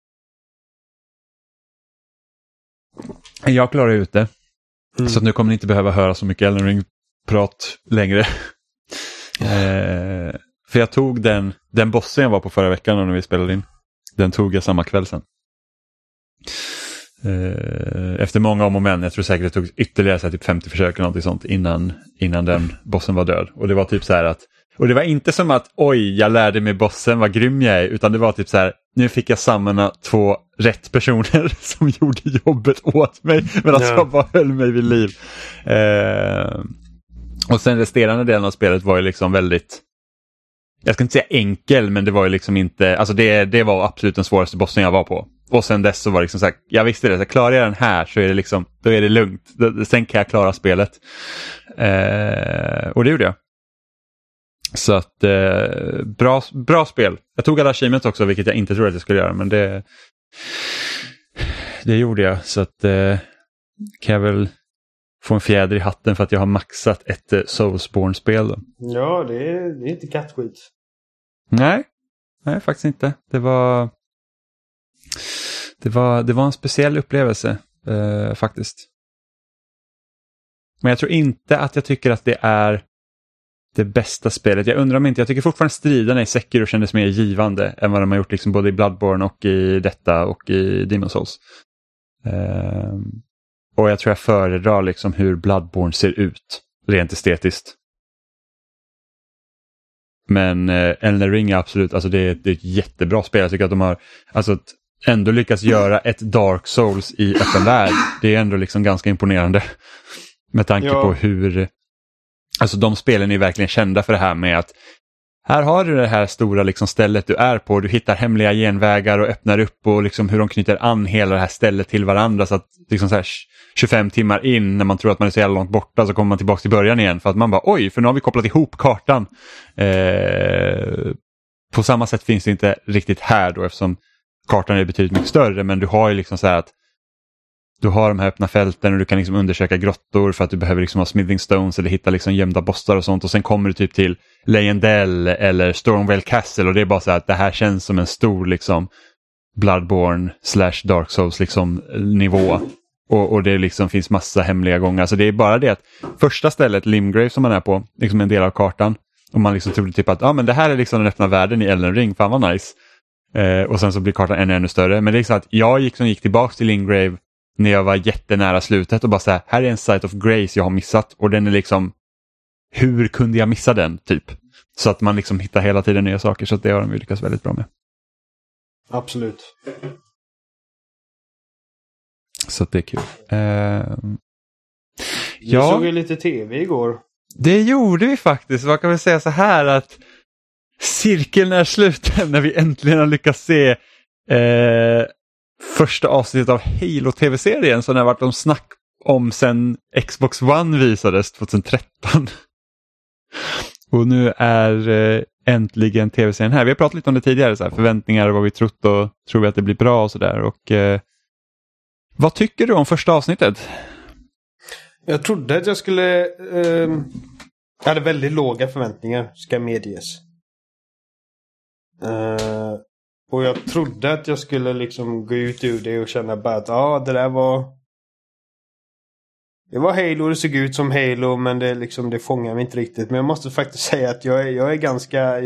Jag klarar ut det. Så att nu kommer ni inte behöva höra så mycket Elden Ring-prat längre. För jag tog den bossen jag var på förra veckan när vi spelade in. Den tog jag samma kväll sen. Efter många om och men. Jag tror säkert det tog ytterligare så här, typ 50 försök eller något sånt innan den bossen var död. Och det var typ så här att, och det var inte som att oj, jag lärde mig bossen, vad grym jag är, utan det var typ så här, nu fick jag samla 2 rätt personer som gjorde jobbet åt mig medan jag bara höll mig vid liv. Och sen resterande delen av spelet var ju liksom väldigt, jag ska inte säga enkel, men det var ju liksom inte, alltså det var absolut den svåraste bossen jag var på. Och sen dess så var det liksom så här, jag visste det, så klarar jag den här så är det liksom, då är det lugnt. Sen kan jag klara spelet. Och det gjorde jag. Så att bra spel. Jag tog alla achievements också, vilket jag inte trodde att jag skulle göra, men det gjorde jag. Så att kan jag väl få en fjäder i hatten för att jag har maxat ett Soulsborne-spel då. Ja, det är inte kattskit. Nej, faktiskt inte. Det var en speciell upplevelse faktiskt. Men jag tror inte att jag tycker att det är det bästa spelet. Jag undrar om inte, jag tycker fortfarande striderna i Sekiro kändes mer givande än vad de har gjort liksom både i Bloodborne och i detta och i Demon's Souls. Och jag tror jag föredrar liksom hur Bloodborne ser ut rent estetiskt. Men Elden Ring är absolut, alltså det är ett jättebra spel. Jag tycker att de har alltså ändå lyckats göra ett Dark Souls i öppen värld. Det är ändå liksom ganska imponerande. Med tanke på hur, alltså de spelen är verkligen kända för det här med att här har du det här stora liksom stället du är på. Du hittar hemliga genvägar och öppnar upp och liksom hur de knyter an hela det här stället till varandra. Så att liksom så här 25 timmar in när man tror att man är så jävla långt borta så kommer man tillbaka till början igen. För att man bara oj, för nu har vi kopplat ihop kartan. På samma sätt finns det inte riktigt här då eftersom kartan är betydligt mycket större. Men du har ju liksom så här att du har de här öppna fälten och du kan liksom undersöka grottor för att du behöver liksom ha smithing stones eller hitta liksom gömda bossar och sånt. Och sen kommer du typ till Leyendell eller Stormvale Castle och det är bara så här att det här känns som en stor liksom Bloodborne/Dark Souls liksom nivå. Och det liksom finns massa hemliga gångar. Så det är bara det att första stället, Limgrave som man är på, liksom en del av kartan. Och man liksom trodde typ att men det här är liksom den öppna världen i Elden Ring, fan vad nice. Och sen så blir kartan ännu större. Men det är så att jag gick tillbaka till Limgrave när jag var jättenära slutet och bara så här är en site of grace jag har missat och den är liksom, hur kunde jag missa den typ? Så att man liksom hittar hela tiden nya saker, så att det har de lyckats väldigt bra med. Absolut. Så att det är kul. Vi såg ju lite tv igår. Det gjorde vi faktiskt. Vad kan vi säga så här att cirkeln är sluten när vi äntligen har lyckats se första avsnittet av Halo-tv-serien som det har varit om snack om sen Xbox One visades 2013. Och nu är äntligen tv-serien här. Vi har pratat lite om det tidigare, så här, förväntningar och vad vi trott och tror vi att det blir bra och sådär. Och vad tycker du om första avsnittet? Jag trodde att jag skulle... jag hade väldigt låga förväntningar, ska medges. Och jag trodde att jag skulle liksom gå ut ur det och känna bara att det där var... Det var Halo, det såg ut som Halo, men det fångar mig inte riktigt. Men jag måste faktiskt säga att jag är ganska...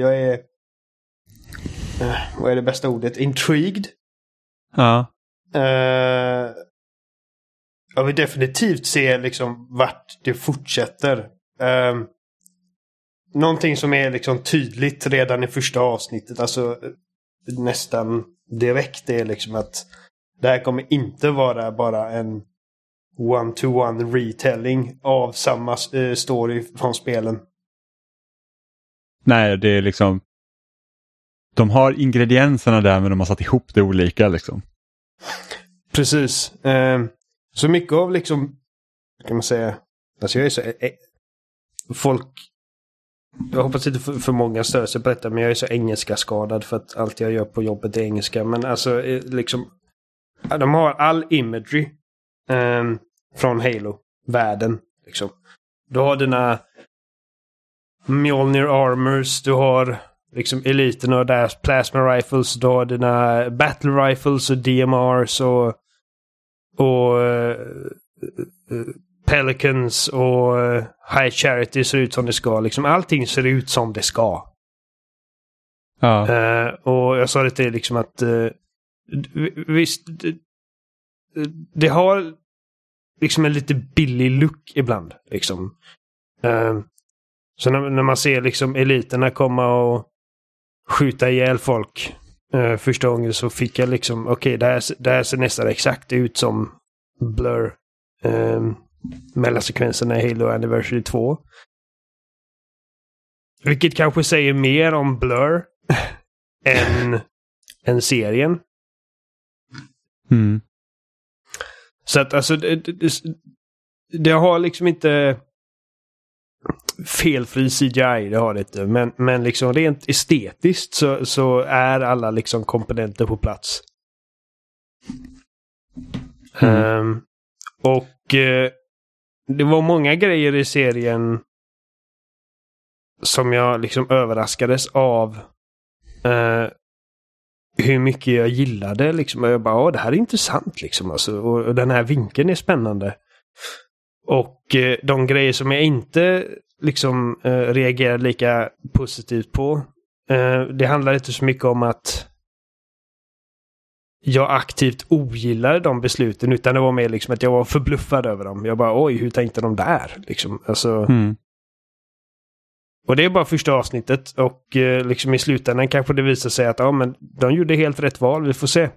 vad är det bästa ordet? Intrigued. Ja. jag vill definitivt se liksom vart det fortsätter. Någonting som är liksom tydligt redan i första avsnittet, alltså nästan direkt, är liksom att det här kommer inte vara bara en one-to-one retelling av samma story från spelen. Nej, det är liksom de har ingredienserna där, men de har satt ihop det olika liksom. Precis. Så mycket av liksom, kan man säga, alltså jag är så folk, jag hoppas inte för många stör sig på detta, men jag är så engelska skadad för att allt jag gör på jobbet är engelska. Men alltså liksom, de har all imagery från Halo-världen liksom. Du har dina Mjolnir Armors, du har liksom eliten och deras plasma rifles, du har dina battle rifles och DMRs och Pelicans och High Charity ser ut som det ska. Liksom allting ser ut som det ska. Ja. Och jag sa det till liksom att visst, det har liksom en lite billig look ibland liksom. Så när man ser liksom eliterna komma och skjuta ihjäl folk första gången, så fick jag liksom okej, det här ser nästan exakt ut som Blur mellansekvenserna i Halo Anniversary 2. Vilket kanske säger mer om Blur än serien. Mm. Så att alltså det har liksom inte felfri CGI, det har det inte. Men liksom rent estetiskt så är alla liksom komponenter på plats. Och det var många grejer i serien som jag liksom överraskades av hur mycket jag gillade liksom. Och jag bara, det här är intressant liksom alltså. Och den här vinkeln är spännande. Och de grejer som jag inte liksom reagerade lika positivt på, det handlar inte så mycket om att jag aktivt ogillade de besluten, utan det var mer liksom att jag var förbluffad över dem. Jag bara, oj, hur tänkte de där? Liksom, alltså. Och det är bara första avsnittet, och liksom i slutändan kanske det visar sig att men de gjorde helt rätt val, vi får se.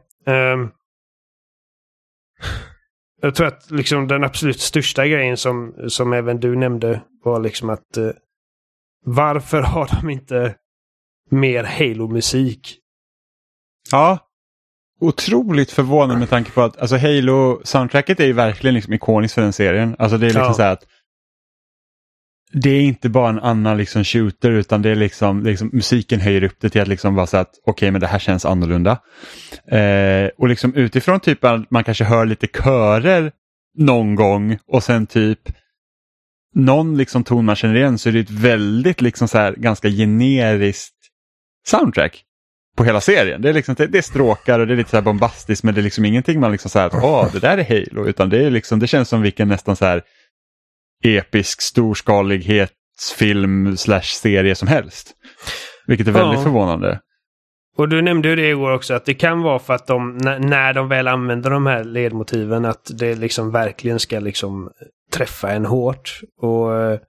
Jag tror att liksom den absolut största grejen som även du nämnde var liksom att varför har de inte mer Halo-musik? Ja, otroligt förvånande med tanke på att alltså Halo-soundtracket är ju verkligen liksom ikoniskt för den serien. Alltså det är liksom så här att det är inte bara en annan liksom shooter, utan det är liksom musiken höjer upp det till att liksom vara så att okej, men det här känns annorlunda. Och liksom utifrån typ att man kanske hör lite körer någon gång och sen typ någon liksom ton man känner igen, så är det ett väldigt liksom så här ganska generiskt soundtrack på hela serien. Det är liksom det är stråkar och det är lite så här bombastiskt, men det är liksom ingenting man liksom så här att det där är Halo, utan det är liksom, det känns som vilken nästan så här episk storskalighetsfilm /serie som helst. Vilket är väldigt förvånande. Och du nämnde ju det igår också, att det kan vara för att när de väl använder de här ledmotiven, att det liksom verkligen ska liksom träffa en hårt. Och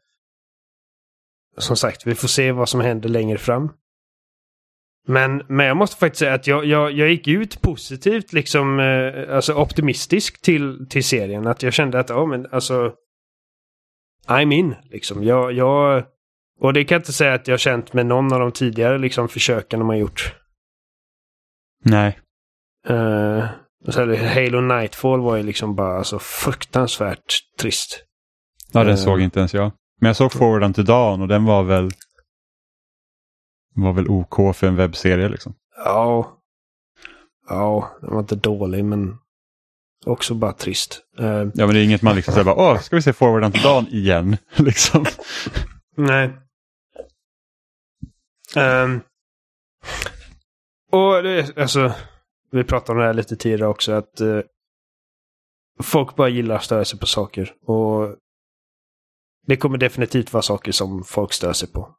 som sagt, vi får se vad som händer längre fram. Men jag måste faktiskt säga att jag gick ut positivt, liksom alltså optimistisk till serien. Att jag kände att men alltså I'm in, liksom. Jag och det kan jag inte säga att jag känt med någon av de tidigare liksom försöken de har gjort. Nej. Så Halo Nightfall var ju liksom bara alltså fruktansvärt trist. Ja, den såg inte ens jag. Men jag såg Forward Unto Dawn, och den var väl OK för en webbserie liksom. Ja, den var inte dålig, men också bara trist. Ja, men det är inget man liksom säger bara, ska vi se Forward Unto Dawn igen? liksom. Nej. Och det, alltså, vi pratade om det här lite tidigare också, att folk bara gillar att störa sig på saker. Och det kommer definitivt vara saker som folk stör sig på.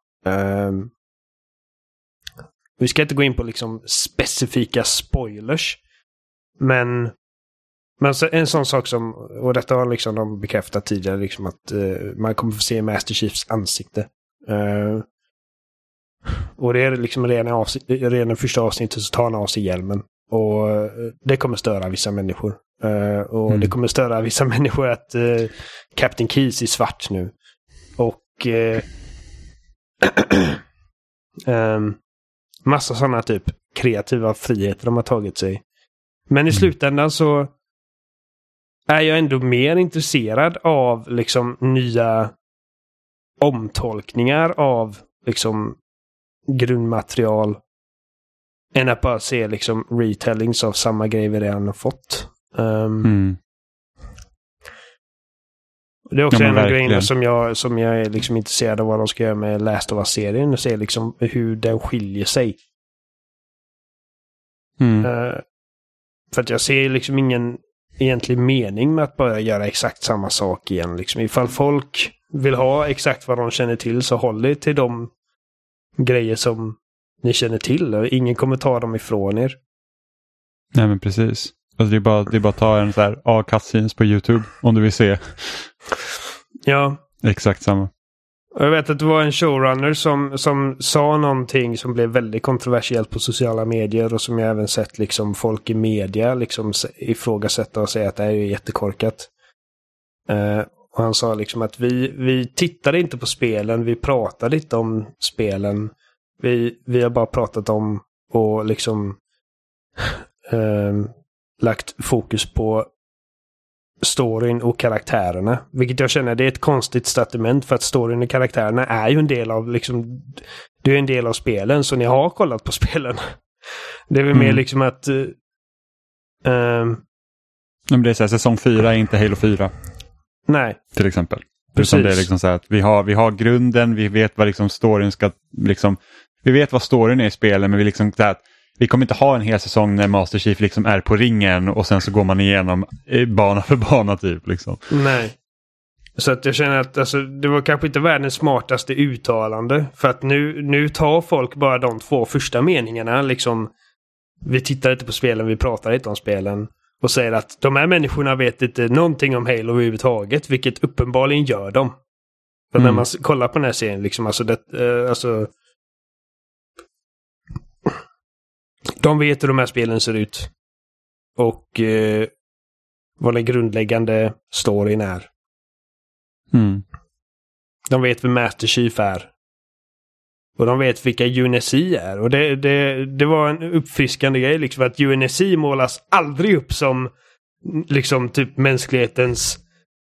Vi ska inte gå in på liksom specifika spoilers, men Men så, en sån sak som, och detta har liksom de bekräftat tidigare, liksom att man kommer få se Master Chiefs ansikte. Och det är liksom redan första avsnittet så tar han av sig hjälmen. Och det kommer störa vissa människor. Och det kommer störa vissa människor att Captain Keyes är svart nu. Och massa sådana typ kreativa friheter de har tagit sig. Men i slutändan så är jag ändå mer intresserad av liksom nya omtolkningar av liksom grundmaterial än att bara se liksom retellings av samma grej vi redan har fått. Det är också en av grejerna som jag är liksom intresserad av vad de ska göra med Last of Us-serien och se liksom hur den skiljer sig. För att jag ser liksom ingen egentlig mening med att bara göra exakt samma sak igen. Liksom. Ifall folk vill ha exakt vad de känner till så håll det till de grejer som ni känner till. Och ingen kommer ta dem ifrån er. Nej, men precis. Alltså det är bara att ta en så här cutscenes på YouTube om du vill se. Ja. Exakt samma. Jag vet att det var en showrunner som sa någonting som blev väldigt kontroversiellt på sociala medier och som jag även sett liksom folk i media liksom ifrågasätta och säga att det här är jättekorkat. Och han sa liksom att vi tittade inte på spelen, vi pratade inte om spelen. Vi har bara pratat om och liksom lagt fokus på storyn och karaktärerna. Vilket jag känner det är ett konstigt statement för att storyn och karaktärerna är ju en del av liksom, det är en del av spelen så ni har kollat på spelen. Det är väl mer liksom att men det är så här, säsong 4 är inte Halo 4. Nej. Till exempel. Precis. Utan det är liksom så här att vi har grunden, vi vet vad liksom storyn ska liksom, vi vet vad storyn är i spelen men vi liksom så här att vi kommer inte ha en hel säsong när Master Chief liksom är på ringen och sen så går man igenom bana för bana typ liksom. Nej. Så att jag känner att alltså, det var kanske inte världens smartaste uttalande. För att nu tar folk bara de 2 första meningarna liksom. Vi tittar inte på spelen, vi pratar inte om spelen. Och säger att de här människorna vet inte någonting om Halo överhuvudtaget. Vilket uppenbarligen gör de. För när man kollar på den här serien liksom, alltså de vet hur de här spelen ser ut. Och vad den grundläggande storyn är. De vet vem Master Chief är. Och de vet vilka UNSC är. Och det var en uppfriskande grej. Liksom, att UNSC målas aldrig upp som liksom typ mänsklighetens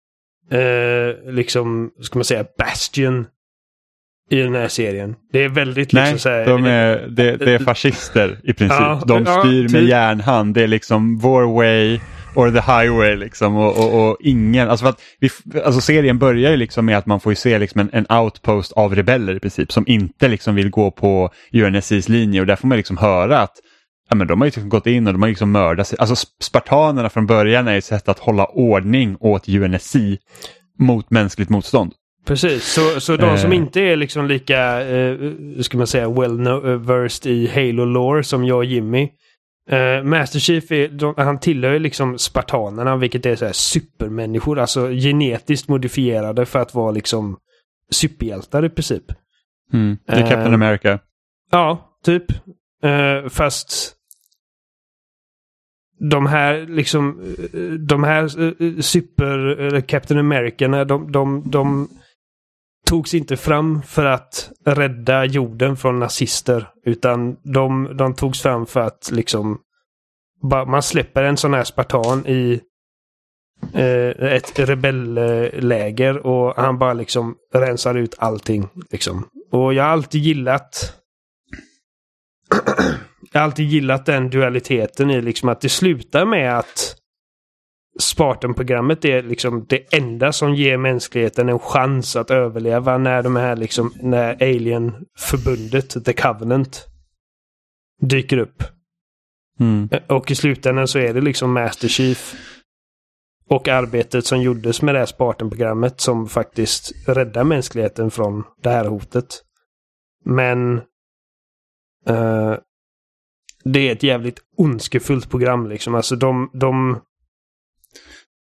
liksom, ska man säga, bastion i den här serien. Det är väldigt liksom nej, så här, det är fascister i princip. Ja, de styr med järnhand. Det är liksom vår way or the highway liksom och ingen, alltså för att alltså serien börjar ju liksom med att man får ju se liksom en outpost av rebeller i princip som inte liksom vill gå på UNSC:s linje och där får man liksom höra att ja, men de har ju liksom gått in och de har liksom mördat sig. Alltså spartanerna från början är ju ett sätt att hålla ordning åt UNSC mot mänskligt motstånd. Precis, så de som inte är liksom lika ska man säga well-versed i Halo-lore som jag och Jimmy, Master Chief han tillhör ju liksom spartanerna, vilket är så här supermänniskor, alltså genetiskt modifierade för att vara liksom superhjältar i princip. Det är Captain America. Ja, typ. Fast de här liksom de här super Captain America de togs inte fram för att rädda jorden från nazister, utan de togs fram för att liksom man släpper en sån här spartan i ett rebellläger och han bara liksom rensar ut allting liksom. Och jag har alltid gillat den dualiteten i liksom att det slutar med att Spartan-programmet är liksom det enda som ger mänskligheten en chans att överleva när de här liksom, när Alien-förbundet, The Covenant, dyker upp. Och i slutändan så är det liksom Master Chief och arbetet som gjordes med det här Spartan-programmet som faktiskt räddar mänskligheten från det här hotet. Men det är ett jävligt ondskefullt program liksom. Alltså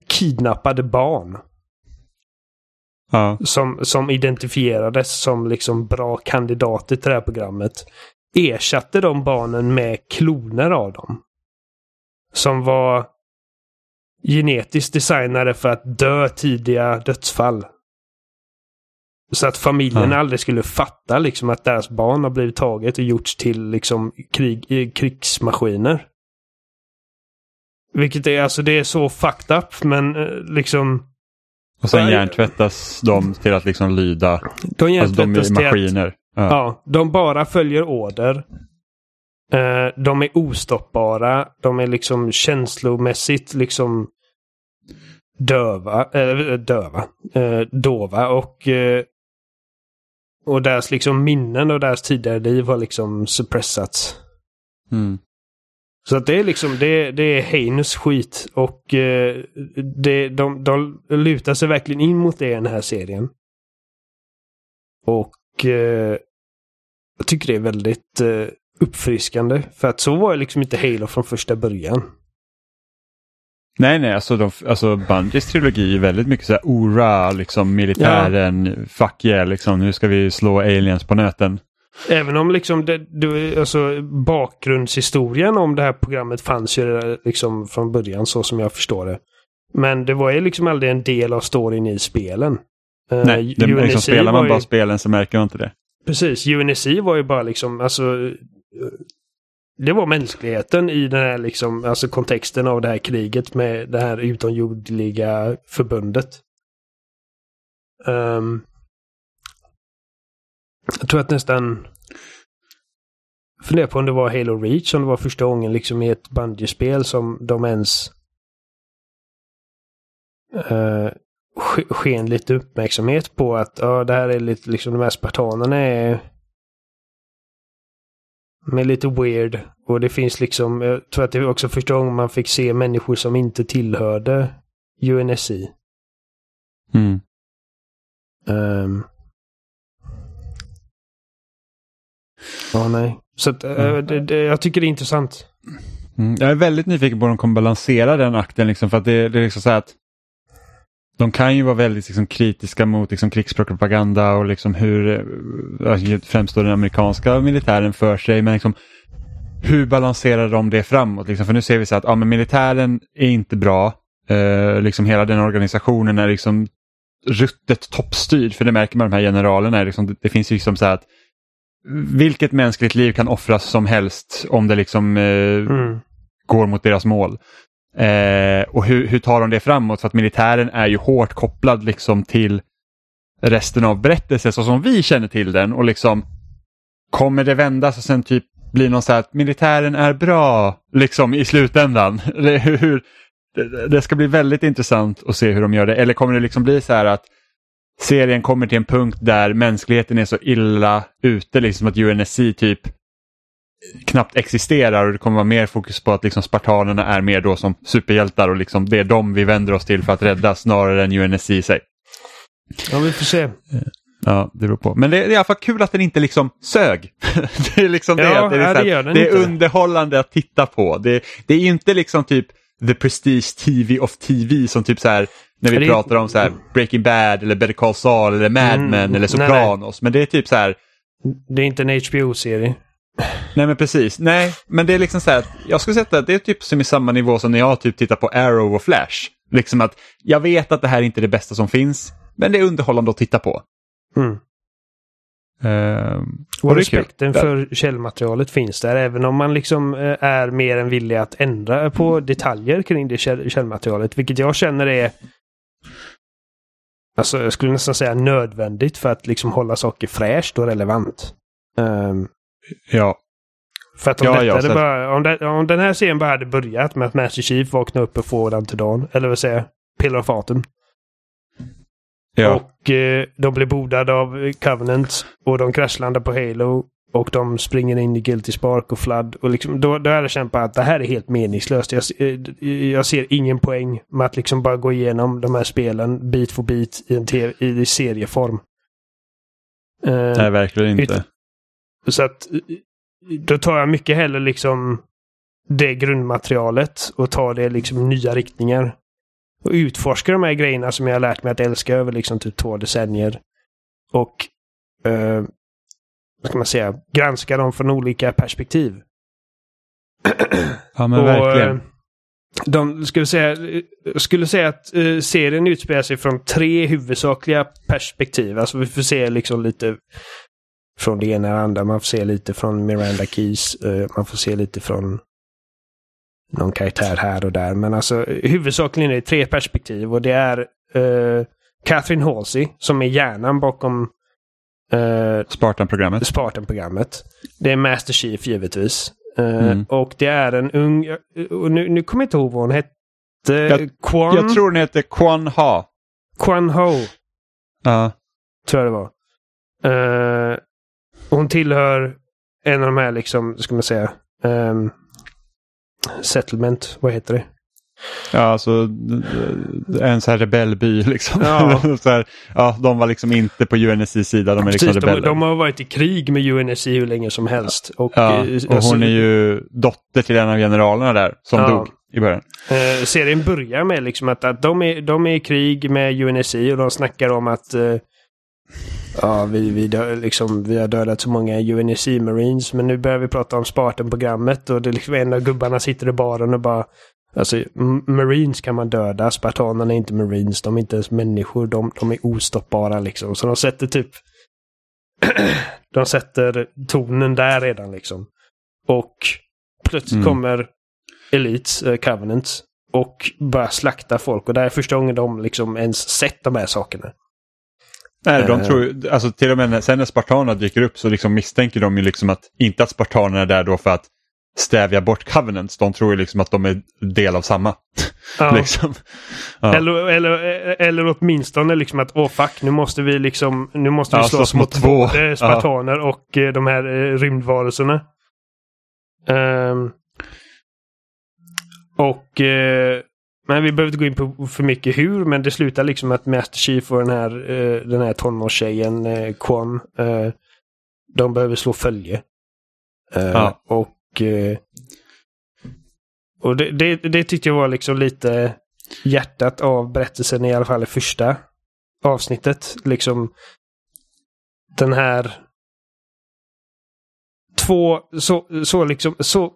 kidnappade barn. Ja. Som identifierades som liksom bra kandidater till det här programmet. Ersatte de barnen med kloner av dem. Som var genetiskt designade för att dö tidiga dödsfall. Så att familjen aldrig skulle fatta liksom att deras barn har blivit taget och gjorts till liksom krigsmaskiner. Vilket är, alltså det är så fucked up, men liksom... Och sen hjärntvättas de till att liksom lyda. De hjärntvättas de är maskiner. Ja, de bara följer order. De är ostoppbara. De är liksom känslomässigt liksom dova. Och deras liksom minnen och deras tidigare liv har liksom suppressats. Mm. Så att det är liksom det är heinous skit, och de lutar sig verkligen in mot det i den här serien. Och jag tycker det är väldigt uppfriskande, för att så var det liksom inte Halo från första början. Nej, alltså Bungies trilogi är väldigt mycket så här ora, liksom militären, fuck yeah, liksom nu ska vi slå aliens på nöten. Även om liksom alltså bakgrundshistorien om det här programmet fanns ju liksom från början, så som jag förstår det. Men det var ju liksom aldrig en del av storyn i spelen. Nej, liksom spelar man bara spelen så märker man inte det. Precis, UNSC var ju bara liksom, alltså det var mänskligheten i den här liksom, alltså kontexten av det här kriget med det här utomjordliga förbundet. Jag tror att nästan funderar på om det var Halo Reach, som det var första gången liksom i ett Bungie-spel som de ens sken lite uppmärksamhet på att det här är lite liksom, de här spartanerna är lite weird, och det finns liksom, jag tror att det var också första gången man fick se människor som inte tillhörde UNSC. Nej. Så att, jag tycker det är intressant. Jag är väldigt nyfiken på hur de kommer balansera den akten, liksom, för att det är liksom så här att de kan ju vara väldigt liksom kritiska mot liksom krigspropaganda och liksom hur främst då den amerikanska militären för sig, men liksom hur balanserar de det framåt? Liksom? För nu ser vi så att men militären är inte bra. Liksom hela den organisationen är liksom ruttet toppstyrd, för det märker man de här generalerna. Liksom, det finns ju liksom så här att vilket mänskligt liv kan offras som helst om det liksom går mot deras mål. Och hur tar de det framåt? För att militären är ju hårt kopplad liksom till resten av berättelsen så som vi känner till den, och liksom kommer det vändas och sen typ blir någon så här att militären är bra liksom i slutändan. Det ska bli väldigt intressant att se hur de gör det. Eller kommer det liksom bli så här att serien kommer till en punkt där mänskligheten är så illa ute liksom att UNSC typ knappt existerar, och det kommer vara mer fokus på att liksom spartanerna är mer då som superhjältar, och liksom det är dem vi vänder oss till för att rädda snarare än UNSC i sig. Ja, vi får se. Ja, det beror på. Men det är i alla fall kul att den inte liksom sög. Det är liksom det är underhållande att titta på. Det är inte liksom typ The Prestige TV of TV som typ så här när vi pratar om så här Breaking Bad eller Better Call Saul eller Mad Men eller Sopranos. Nej. Men det är typ så här. Det är inte en HBO-serie. Nej, men precis. Nej, men det är liksom så här att jag skulle säga att det är typ som i samma nivå som när jag typ tittar på Arrow och Flash. Liksom att jag vet att det här är inte det bästa som finns, men det är underhållande att titta på. Och respekten för källmaterialet finns där, även om man liksom är mer än villig att ändra på detaljer kring det källmaterialet, vilket jag känner är, alltså jag skulle nästan säga nödvändigt för att liksom hålla saker fräscht och relevant. Ja. För att om den här serien bara hade börjat med att Master Chief vaknar upp och får den till dagen, eller vad säger Pillar of Atom. Ja. Och de blir bodade av Covenant och de kraschlandar på Halo och de springer in i Guilty Spark och Flood, och liksom, då är det känt på att det här är helt meningslöst. Jag ser ingen poäng med att liksom bara gå igenom de här spelen bit för bit i serieform. Nej, verkligen inte. Så att då tar jag mycket hellre liksom det grundmaterialet och tar det liksom nya riktningar. och utforska de här grejerna som jag har lärt mig att älska över liksom typ 2 decennier. Och vad ska man säga, granska dem från olika perspektiv. Ja, men verkligen. Skulle säga att serien utspelar sig från 3 huvudsakliga perspektiv. Alltså vi får se liksom lite från det ena och andra. Man får se lite från Miranda Keys. Man får se lite från någon karaktär här och där. Men alltså huvudsakligen är det 3 perspektiv. Och det är Catherine Halsey som är hjärnan bakom Spartan-programmet. Det är Master Chief givetvis. Och det är en ung... Nu kommer jag inte ihåg vad hon hette. Jag tror hon heter Kwan Ha. Kwan Ho. Ja. Tror jag det var. Hon tillhör en av de här liksom, ska man säga, settlement, vad heter det? Ja, alltså en så här rebellby liksom. Ja. Så här, ja, de var liksom inte på UNSC:s sida, de är liksom rebeller. De har varit i krig med UNSC hur länge som helst. Och hon är ju dotter till en av generalerna där som dog i början. Serien börjar med liksom att de är i krig med UNSC och de snackar om att vi har dödat så många UNSC Marines, men nu börjar vi prata om Spartan-programmet och det är liksom en av gubbarna sitter i baren och bara, alltså Marines kan man döda, Spartanerna är inte Marines, de är inte ens människor, de är ostoppbara liksom. Så de sätter typ de sätter tonen där redan liksom. Och plötsligt kommer Elites, Covenants och börjar slakta folk, och det är första gången de liksom ens sett de här sakerna. Nej, de tror, alltså till och med sen när spartanerna dyker upp så liksom misstänker de ju liksom att, inte att spartanerna är där då för att stävja bort Covenants, de tror ju liksom att de är del av samma. Ja. Liksom. Ja. Eller åtminstone liksom att fuck, nu måste vi slåss mot både spartaner och de här rymdvarelserna. Men vi behöver inte gå in på för mycket hur, men det slutar liksom att Master Chief och den här tonårstjejen Kwan, de behöver slå följe. Och det tyckte jag var liksom lite hjärtat av berättelsen, i alla fall i första avsnittet. Liksom den här så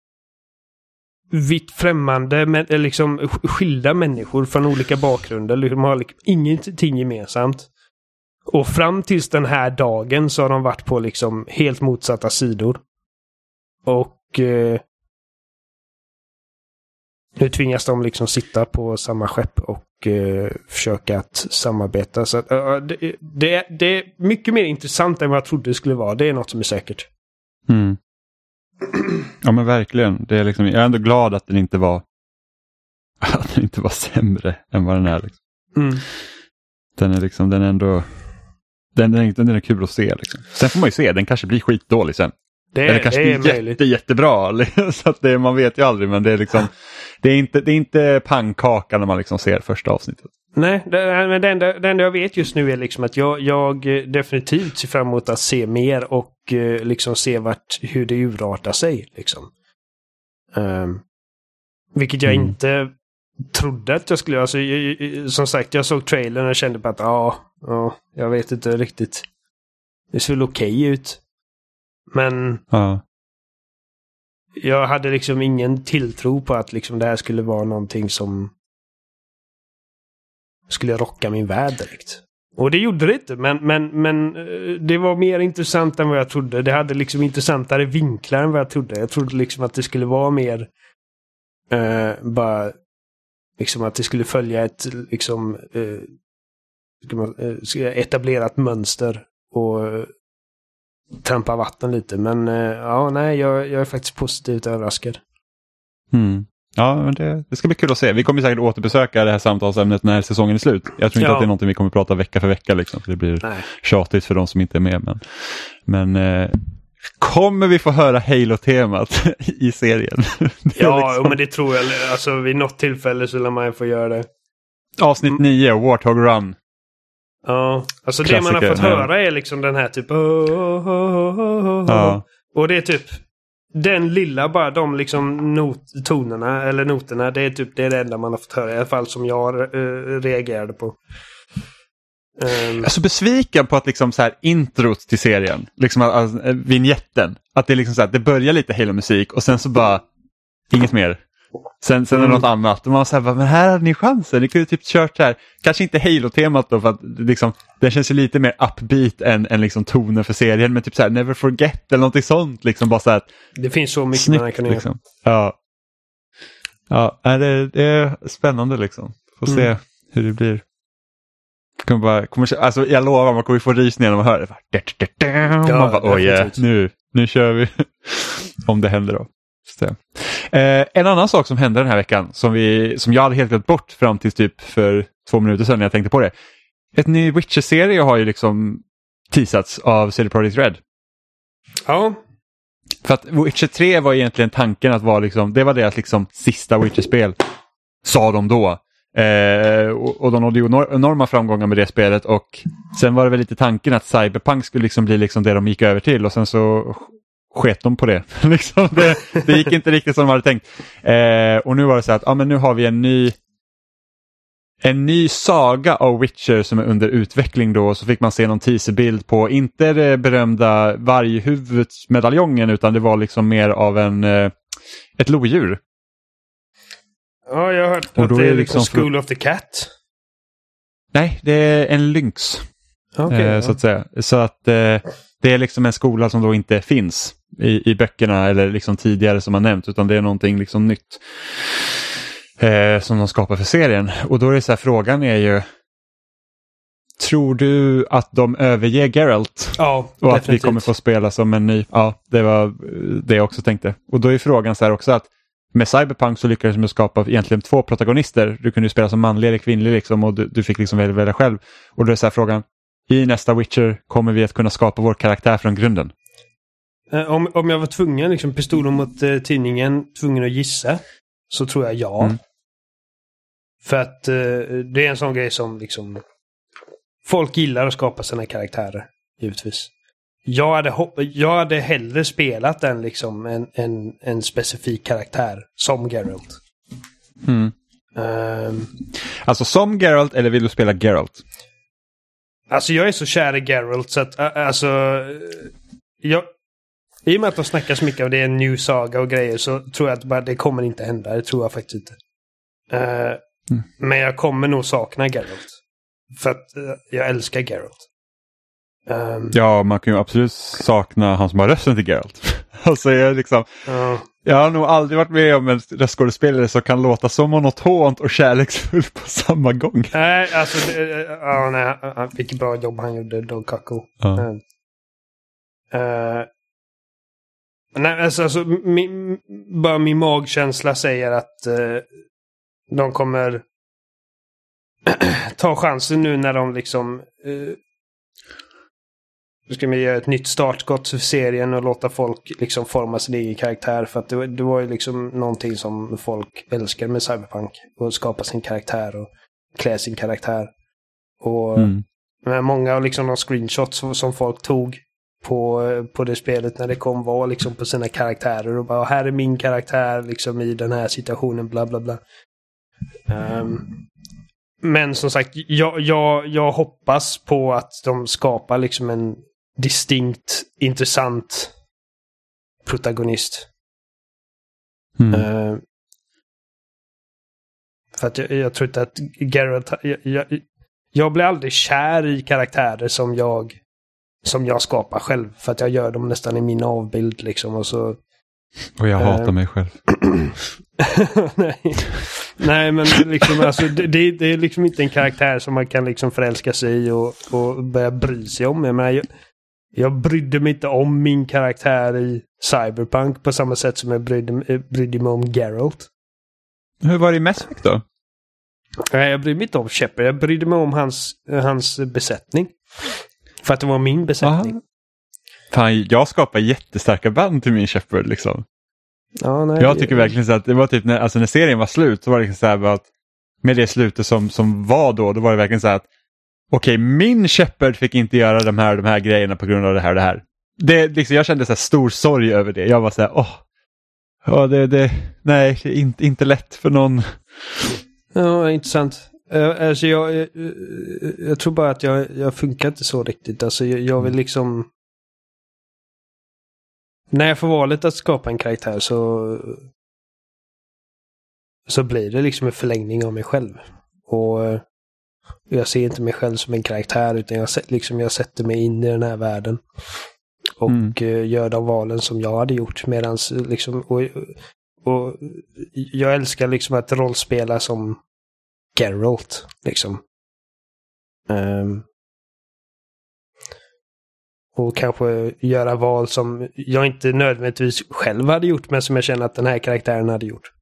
vitt främmande, men liksom skilda människor från olika bakgrunder. De har liksom ingenting gemensamt. Och fram tills den här dagen så har de varit på liksom helt motsatta sidor. Och nu tvingas de liksom sitta på samma skepp och försöka att samarbeta. Så att, det är mycket mer intressant än vad jag trodde det skulle vara. Det är något som är säkert. Mm. Ja, men verkligen. Det är liksom, jag är ändå glad att den inte var sämre än vad den är. Liksom. Den är liksom, den är ändå den är kul att se. Liksom. Sen får man ju se, den kanske blir skitdålig sen. Eller kanske blir jättebra. Så att man vet ju aldrig, men det är liksom det är inte pannkaka när man liksom ser första avsnittet. Nej, men det enda jag vet just nu är liksom att jag definitivt ser fram emot att se mer och liksom se hur det urartar sig liksom. Vilket jag inte trodde att jag skulle. Alltså, som sagt, jag såg trailern och kände på att jag vet inte riktigt. Det ser väl okej ut. Men jag hade liksom ingen tilltro på att liksom det här skulle vara någonting som skulle rocka min värld direkt. Och det gjorde det inte, men det var mer intressant än vad jag trodde. Det hade liksom intressantare vinklar än vad jag trodde. Jag trodde liksom att det skulle vara mer bara liksom att det skulle följa ett liksom etablerat mönster och trampa vatten lite. Men jag är faktiskt positivt överraskad. Ja, men det ska bli kul att se. Vi kommer säkert återbesöka det här samtalsämnet när säsongen är slut. Jag tror inte att det är någonting vi kommer prata vecka för vecka. Liksom, för det blir tjatigt för de som inte är med. Men kommer vi få höra Halo-temat i serien? Men det tror jag. Alltså vid något tillfälle så lär man få göra det. Avsnitt 9, Warthog Run. Ja, alltså klassiker, det man har fått höra är liksom den här typ och det är typ den lilla, bara de liksom tonerna eller noterna, det är typ det enda man har fått höra, i alla fall som jag reagerade på. Jag är så besviken på att liksom så här introt till serien, liksom alltså, vignetten, att det är liksom så här, det börjar lite Halo-musik och sen så bara inget mer. Sen är det något annat. Och man säger, men här hade ni chansen. Ni kunde typ kört så här, kanske inte Halo-temat då, för att liksom, det känns ju lite mer upbeat än liksom tonen för serien, men typ så här Never Forget eller någonting sånt, liksom bara så här. Det finns så mycket snyggt, man kan göra. liksom. Ja, det är spännande liksom. Får se hur det blir. Alltså jag lovar, man kommer få rysningar när man hör det. Man bara, nu kör vi. Om det händer då. En annan sak som hände den här veckan som jag hade helt glömt bort fram till typ för 2 minuter sedan när jag tänkte på det. Ett ny Witcher-serie har ju liksom teasats av CD Projekt Red. Ja. För att Witcher 3 var egentligen tanken att vara liksom, det var deras liksom sista Witcher-spel, sa de då. Och de nådde ju enorma framgångar med det spelet, och sen var det väl lite tanken att Cyberpunk skulle liksom bli liksom det de gick över till, och sen så sket de på det. Liksom det gick inte riktigt som de hade tänkt. Och nu var det så att men nu har vi en ny saga av Witcher som är under utveckling då. Så fick man se någon teaserbild på, inte det berömda varghuvudsmedaljongen, utan det var liksom mer av ett lodjur. Ja, jag har hört att det är liksom School of the Cat. Nej, det är en lynx. Okay, så att säga. Så att det är liksom en skola som då inte finns i böckerna eller liksom tidigare som man nämnt, utan det är någonting liksom nytt som de skapar för serien. Och då är det så här, frågan är ju, tror du att de överger Geralt? Ja, och definitivt. Att vi kommer få spela som en ny? Ja, det var det jag också tänkte. Och då är frågan så här också att med Cyberpunk så lyckades de skapa egentligen 2 protagonister. Du kunde ju spela som manlig eller kvinnlig liksom, och du fick liksom välja själv. Och då är så här frågan, i nästa Witcher kommer vi att kunna skapa vår karaktär från grunden? Om jag var tvungen, liksom pistolen mot tidningen, tvungen att gissa, så tror jag ja. För att det är en sån grej som liksom folk gillar att skapa sina karaktärer, givetvis. Jag hade hellre spelat den liksom en specifik karaktär som Geralt. Alltså som Geralt, eller vill du spela Geralt? Alltså jag är så kär i Geralt så att i och med att de snackar så mycket om det är en ny saga och grejer, så tror jag att bara det kommer inte hända. Det tror jag faktiskt inte. Men jag kommer nog sakna Geralt. För att jag älskar Geralt. Ja, man kan ju absolut sakna han som har rösten till Geralt. Alltså jag har nog aldrig varit med om en röstskådespelare som kan låta så monotont och kärleksfullt på samma gång. Nej, alltså vilket bra jobb han gjorde, Doug Cockle. Nej, alltså min magkänsla säger att de kommer ta chansen nu när de liksom ska man göra ett nytt startskott för serien och låta folk liksom forma sin egen karaktär, för att det var ju liksom någonting som folk älskar med Cyberpunk, att skapa sin karaktär och klä sin karaktär. Och många av liksom de screenshots som folk tog på det spelet när det kom var liksom på sina karaktärer och bara, här är min karaktär liksom i den här situationen, bla bla bla. Men som sagt, jag hoppas på att de skapar liksom en distinkt, intressant protagonist. För att jag tror inte att Geralt, jag blir aldrig kär i karaktärer som jag skapar själv, för att jag gör dem nästan i min avbild liksom, och jag hatar mig själv. Nej, men liksom, alltså, det är liksom inte en karaktär som man kan liksom förälska sig i och börja bry sig om. Jag brydde mig inte om min karaktär i Cyberpunk på samma sätt som jag brydde mig om Geralt. Hur var det i Mass Effect då? Jag brydde mig inte om Shepard. Jag brydde mig om hans besättning. För att det var min besättning. Aha. Fan, jag skapar jättestarka band till min Shepard liksom. Ja, nej, jag tycker verkligen så att det var typ när serien var slut, så var det liksom så här att med det slutet som var då var det verkligen så här att okej, min Shepard fick inte göra de här grejerna på grund av det här och det här. det liksom, jag kände så här stor sorg över det. Jag var så här, nej, inte lätt för någon. Ja, intressant. Alltså jag tror bara att jag funkar inte så riktigt. Alltså jag vill liksom... När jag får valet att skapa en karaktär så blir det liksom en förlängning av mig själv. Och jag ser inte mig själv som en karaktär, utan jag sätter mig in i den här världen. Och gör de valen som jag hade gjort. Medans liksom, och jag älskar liksom att rollspela som Geralt. Liksom. Och kanske göra val som jag inte nödvändigtvis själv hade gjort, men som jag känner att den här karaktären hade gjort.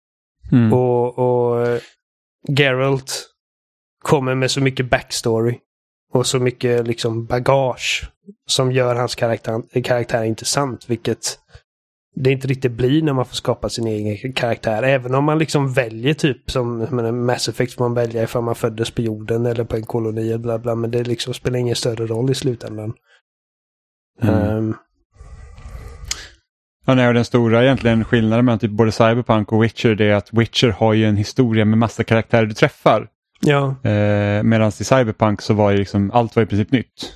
Och Geralt kommer med så mycket backstory och så mycket liksom bagage som gör hans karaktär intressant, vilket det inte riktigt blir när man får skapa sin egen karaktär. Även om man liksom väljer typ som Mass Effect, får man välja ifall man föddes på jorden eller på en koloni och bla bla, men det liksom spelar ingen större roll i slutändan. Ja, nej, och den stora egentligen skillnaden mellan typ både Cyberpunk och Witcher, det är att Witcher har ju en historia med massa karaktärer du träffar. Ja. Medan i Cyberpunk så var ju liksom allt var i princip nytt.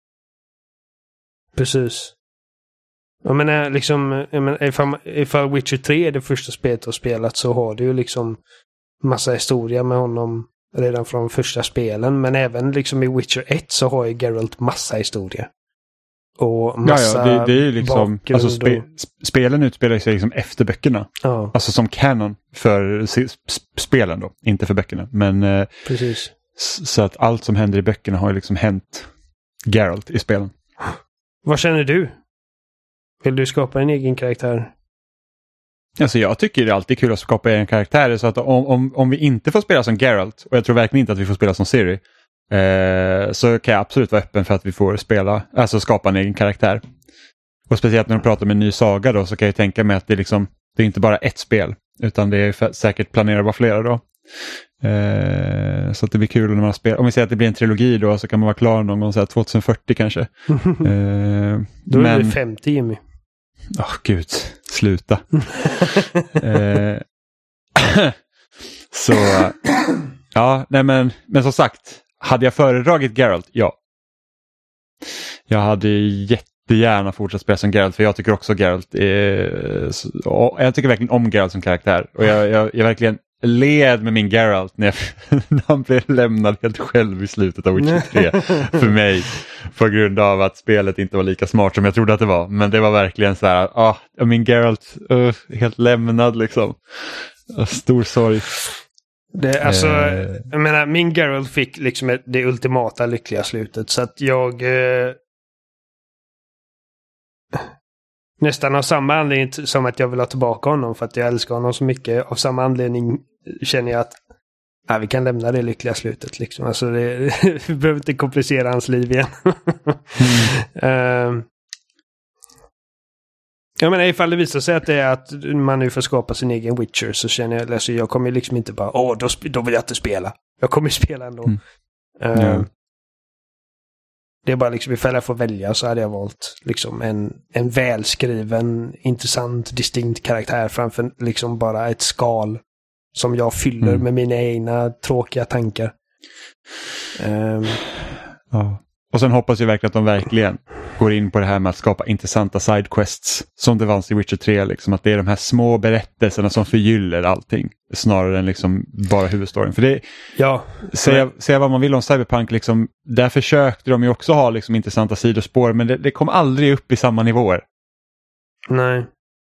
Precis. Jag menar liksom, ifall Witcher 3 är det första spelet du har spelat, så har du ju liksom massa historia med honom redan från första spelen. Men även liksom i Witcher 1 så har ju Geralt massa historia. Och massa det är ju liksom, alltså spelen utspelar sig liksom efter böckerna. Ja. Alltså som canon för spelen då, inte för böckerna. Men precis. Så att allt som händer i böckerna har ju liksom hänt Geralt i spelen. Vad känner du? Vill du skapa en egen karaktär? Alltså jag tycker det är alltid kul att skapa egen karaktär, så att om vi inte får spela som Geralt, och jag tror verkligen inte att vi får spela som Ciri, så kan jag absolut vara öppen för att vi får skapa en egen karaktär. Och speciellt när de pratar om en ny saga då, så kan jag tänka mig att det är inte bara ett spel, utan det är säkert planerat att vara flera då. Så att det blir kul när man spelar. Om vi säger att det blir en trilogi då, så kan man vara klar någon gång 2040 kanske. Då är det 50, Jimmy. Gud, sluta. Så ja, nej men som sagt, hade jag föredragit Geralt? Ja. Jag hade jättegärna fortsatt spela som Geralt, för jag tycker också Geralt är... Jag tycker verkligen om Geralt som karaktär. Och jag verkligen led med min Geralt när han blev lämnad helt själv i slutet av Witcher 3 för mig, på grund av att spelet inte var lika smart som jag trodde att det var. Men det var verkligen så här, min Geralt helt lämnad liksom. Stor sorg. Jag menar, min Geralt fick liksom det ultimata lyckliga slutet, så att jag nästan av samma anledning som att jag vill ha tillbaka honom, för att jag älskar honom så mycket, av samma anledning känner jag att vi kan lämna det lyckliga slutet liksom. Alltså vi behöver inte komplicera hans liv igen. Jag menar, ifall det visar sig att det är att man nu får skapa sin egen Witcher, så känner jag, alltså jag kommer liksom inte bara, då vill jag inte spela. Jag kommer spela ändå. Det är bara liksom, ifall jag får välja, så hade jag valt liksom en välskriven, intressant, distinkt karaktär framför liksom bara ett skal som jag fyller med mina egna tråkiga tankar. Ja. Och sen hoppas jag verkligen att de verkligen går in på det här med att skapa intressanta sidequests, som det fanns i Witcher 3, liksom, att det är de här små berättelserna som förgyller allting, snarare än liksom bara huvudstoryn. För det, säga vad man vill om Cyberpunk, liksom, där försökte de ju också ha liksom intressanta sidospår, men det kom aldrig upp i samma nivåer. Nej.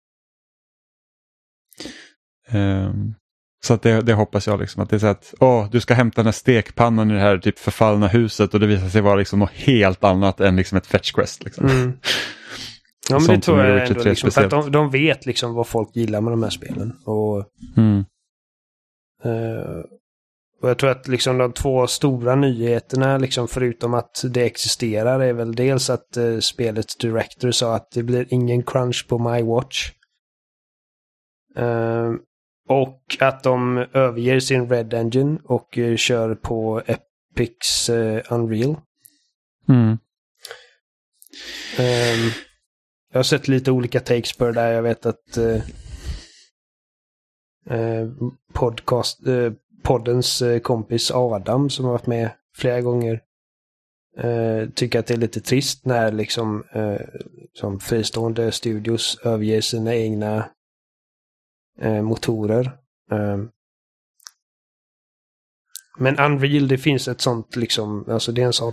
Så att det hoppas jag liksom, att det är så att du ska hämta den här stekpannan i det här typ förfallna huset, och det visar sig vara liksom något helt annat än liksom ett fetch quest liksom. Ja, men det tror jag ändå liksom, för att de vet liksom vad folk gillar med de här spelen, och jag tror att liksom de två stora nyheterna liksom, förutom att det existerar, är väl dels att spelets director sa att det blir ingen crunch på My Watch. Och att de överger sin Red Engine och kör på Epics Unreal. Jag har sett lite olika takes på det där. Jag vet att poddens kompis Adam som har varit med flera gånger tycker att det är lite trist när liksom som fristående studios överger sina egna motorer. Men Unreal, det finns ett sånt liksom, alltså det är en sån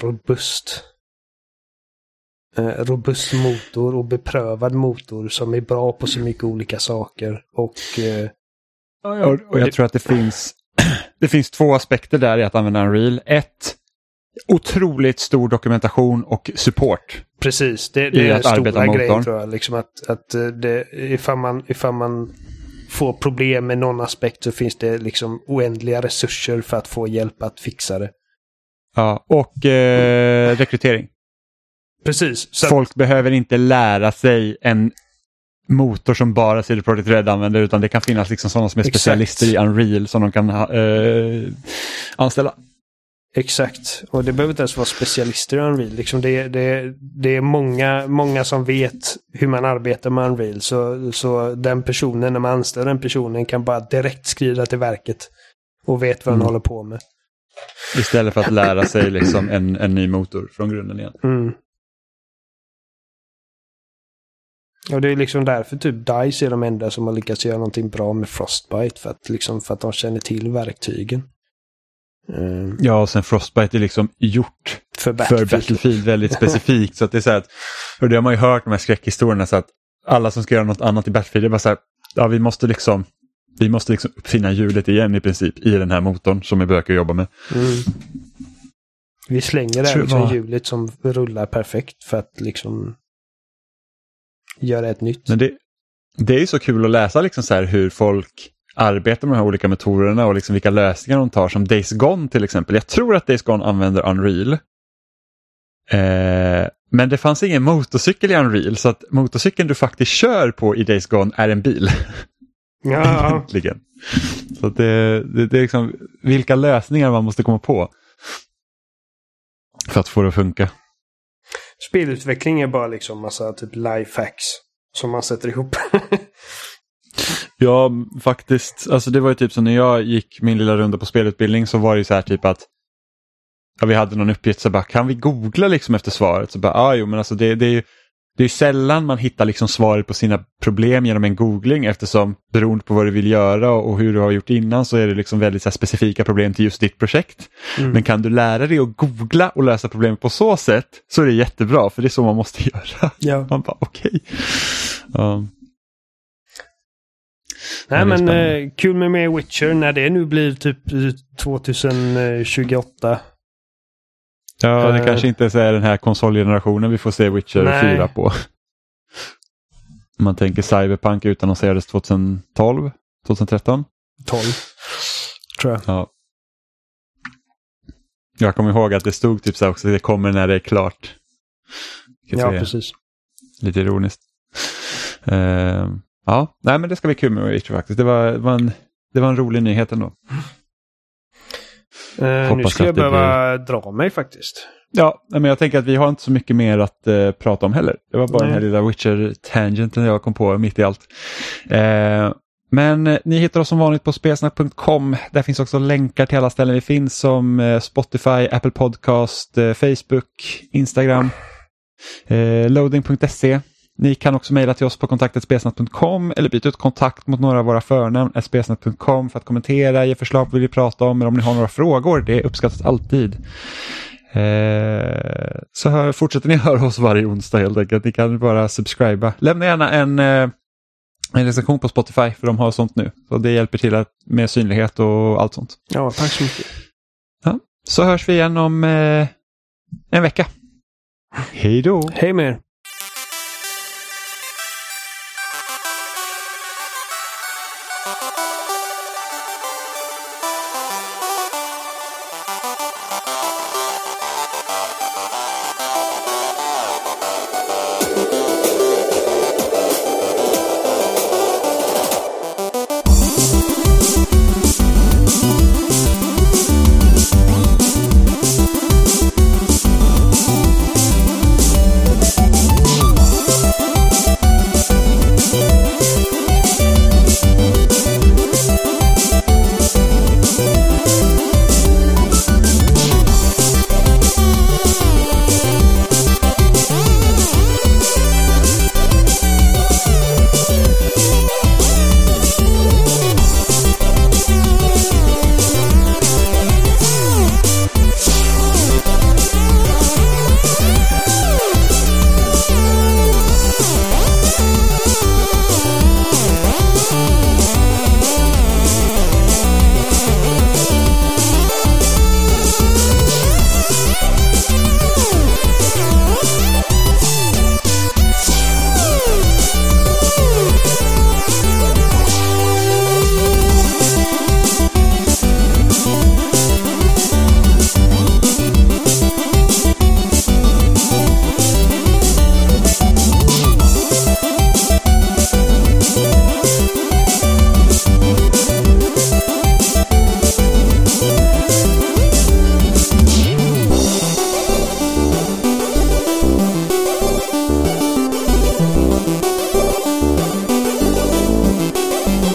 robust motor och beprövad motor som är bra på så mycket olika saker. Och jag tror att det finns två aspekter där i att använda Unreal. Ett, otroligt stor dokumentation och support. Precis, det är den stora grejen tror jag. Liksom att ifall man får problem med någon aspekt så finns det liksom oändliga resurser för att få hjälp att fixa det. Ja, och rekrytering. Precis. Så folk behöver inte lära sig en motor som bara CD Projekt Red använder, utan det kan finnas liksom sådana som är specialister i Unreal som de kan anställa. Exakt, och det behöver inte ens vara specialister i Unreal. Liksom det är många som vet hur man arbetar med Unreal. Så den personen, när man anställer den personen, kan bara direkt skriva till verket och vet vad den håller på med. Istället för att lära sig liksom en ny motor från grunden igen. Mm. Och det är liksom därför typ DICE är de enda som har lyckats göra någonting bra med Frostbite. För att de känner till verktygen. Ja, och sen Frostbite är liksom gjort för Battlefield väldigt specifikt. Så att det är så att, och det har man ju hört de här skräckhistorierna, så att alla som ska göra något annat i Battlefield är bara så här, ja, vi måste liksom uppfinna hjulet igen i princip i den här motorn som vi börjar jobba med. Vi slänger det här liksom hjulet som rullar perfekt för att liksom göra ett nytt. Men det är ju så kul att läsa liksom så här hur folk arbetar med de här olika motorerna och liksom vilka lösningar de tar, som Days Gone till exempel. Jag tror att Days Gone använder Unreal. Men det fanns ingen motorcykel i Unreal, så att motorcykeln du faktiskt kör på i Days Gone är en bil. Ja. Egentligen. Så att det är liksom vilka lösningar man måste komma på för att få det att funka. Spelutveckling är bara liksom massa typ lifehacks som man sätter ihop. Ja, faktiskt. Alltså det var ju typ så när jag gick min lilla runda på spelutbildning, så var det ju så här typ att vi hade någon uppgift, så bara, kan vi googla liksom efter svaret? Så bara, jo, men alltså det är ju sällan man hittar liksom svaret på sina problem genom en googling, eftersom beroende på vad du vill göra och hur du har gjort innan, så är det liksom väldigt så här specifika problem till just ditt projekt. Men kan du lära dig att googla och lösa problem på så sätt, så är det jättebra, för det är så man måste göra. Ja. Man bara, okej. Nej, men kul med Witcher när det nu blir typ 2028. Ja, det kanske inte är så här den här konsolgenerationen vi får se Witcher 4 på. Man tänker Cyberpunk utannonserades 2012, 2013? 12, tror jag. Ja. Jag kommer ihåg att det stod typ så här också, det kommer när det är klart. Ja, precis. Lite ironiskt. Ja, nej, men det ska bli kul med Witcher faktiskt. Det var en rolig nyhet ändå. Nu ska jag behöva dra mig faktiskt. Ja, men jag tänker att vi har inte så mycket mer att prata om heller. Det var bara den här lilla Witcher-tangenten jag kom på mitt i allt. Men ni hittar oss som vanligt på spelsnack.com. Där finns också länkar till alla ställen vi finns, som Spotify, Apple Podcast, Facebook, Instagram, loading.se. Ni kan också mejla till oss på kontaktet@spelsnack.com eller byta ut kontakt mot några av våra förnamn spelsnack.com för att kommentera, ge förslag på vad vi vill prata om, eller om ni har några frågor. Det uppskattas alltid. Så fortsätter ni höra oss varje onsdag helt enkelt. Ni kan bara subscriba. Lämna gärna en recension på Spotify, för de har sånt nu. Så det hjälper till med synlighet och allt sånt. Ja, tack så mycket. Ja, så hörs vi igen om en vecka. Hej då! Hej med er!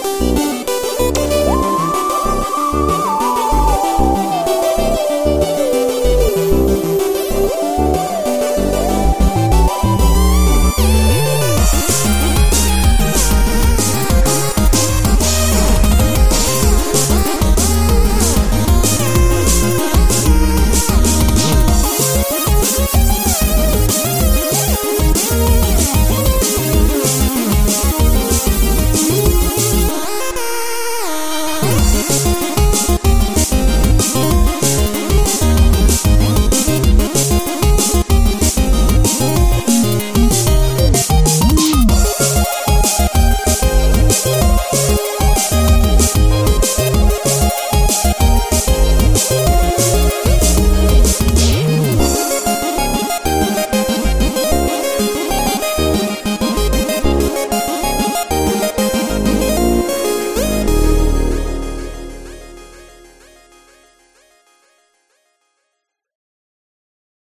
Hej!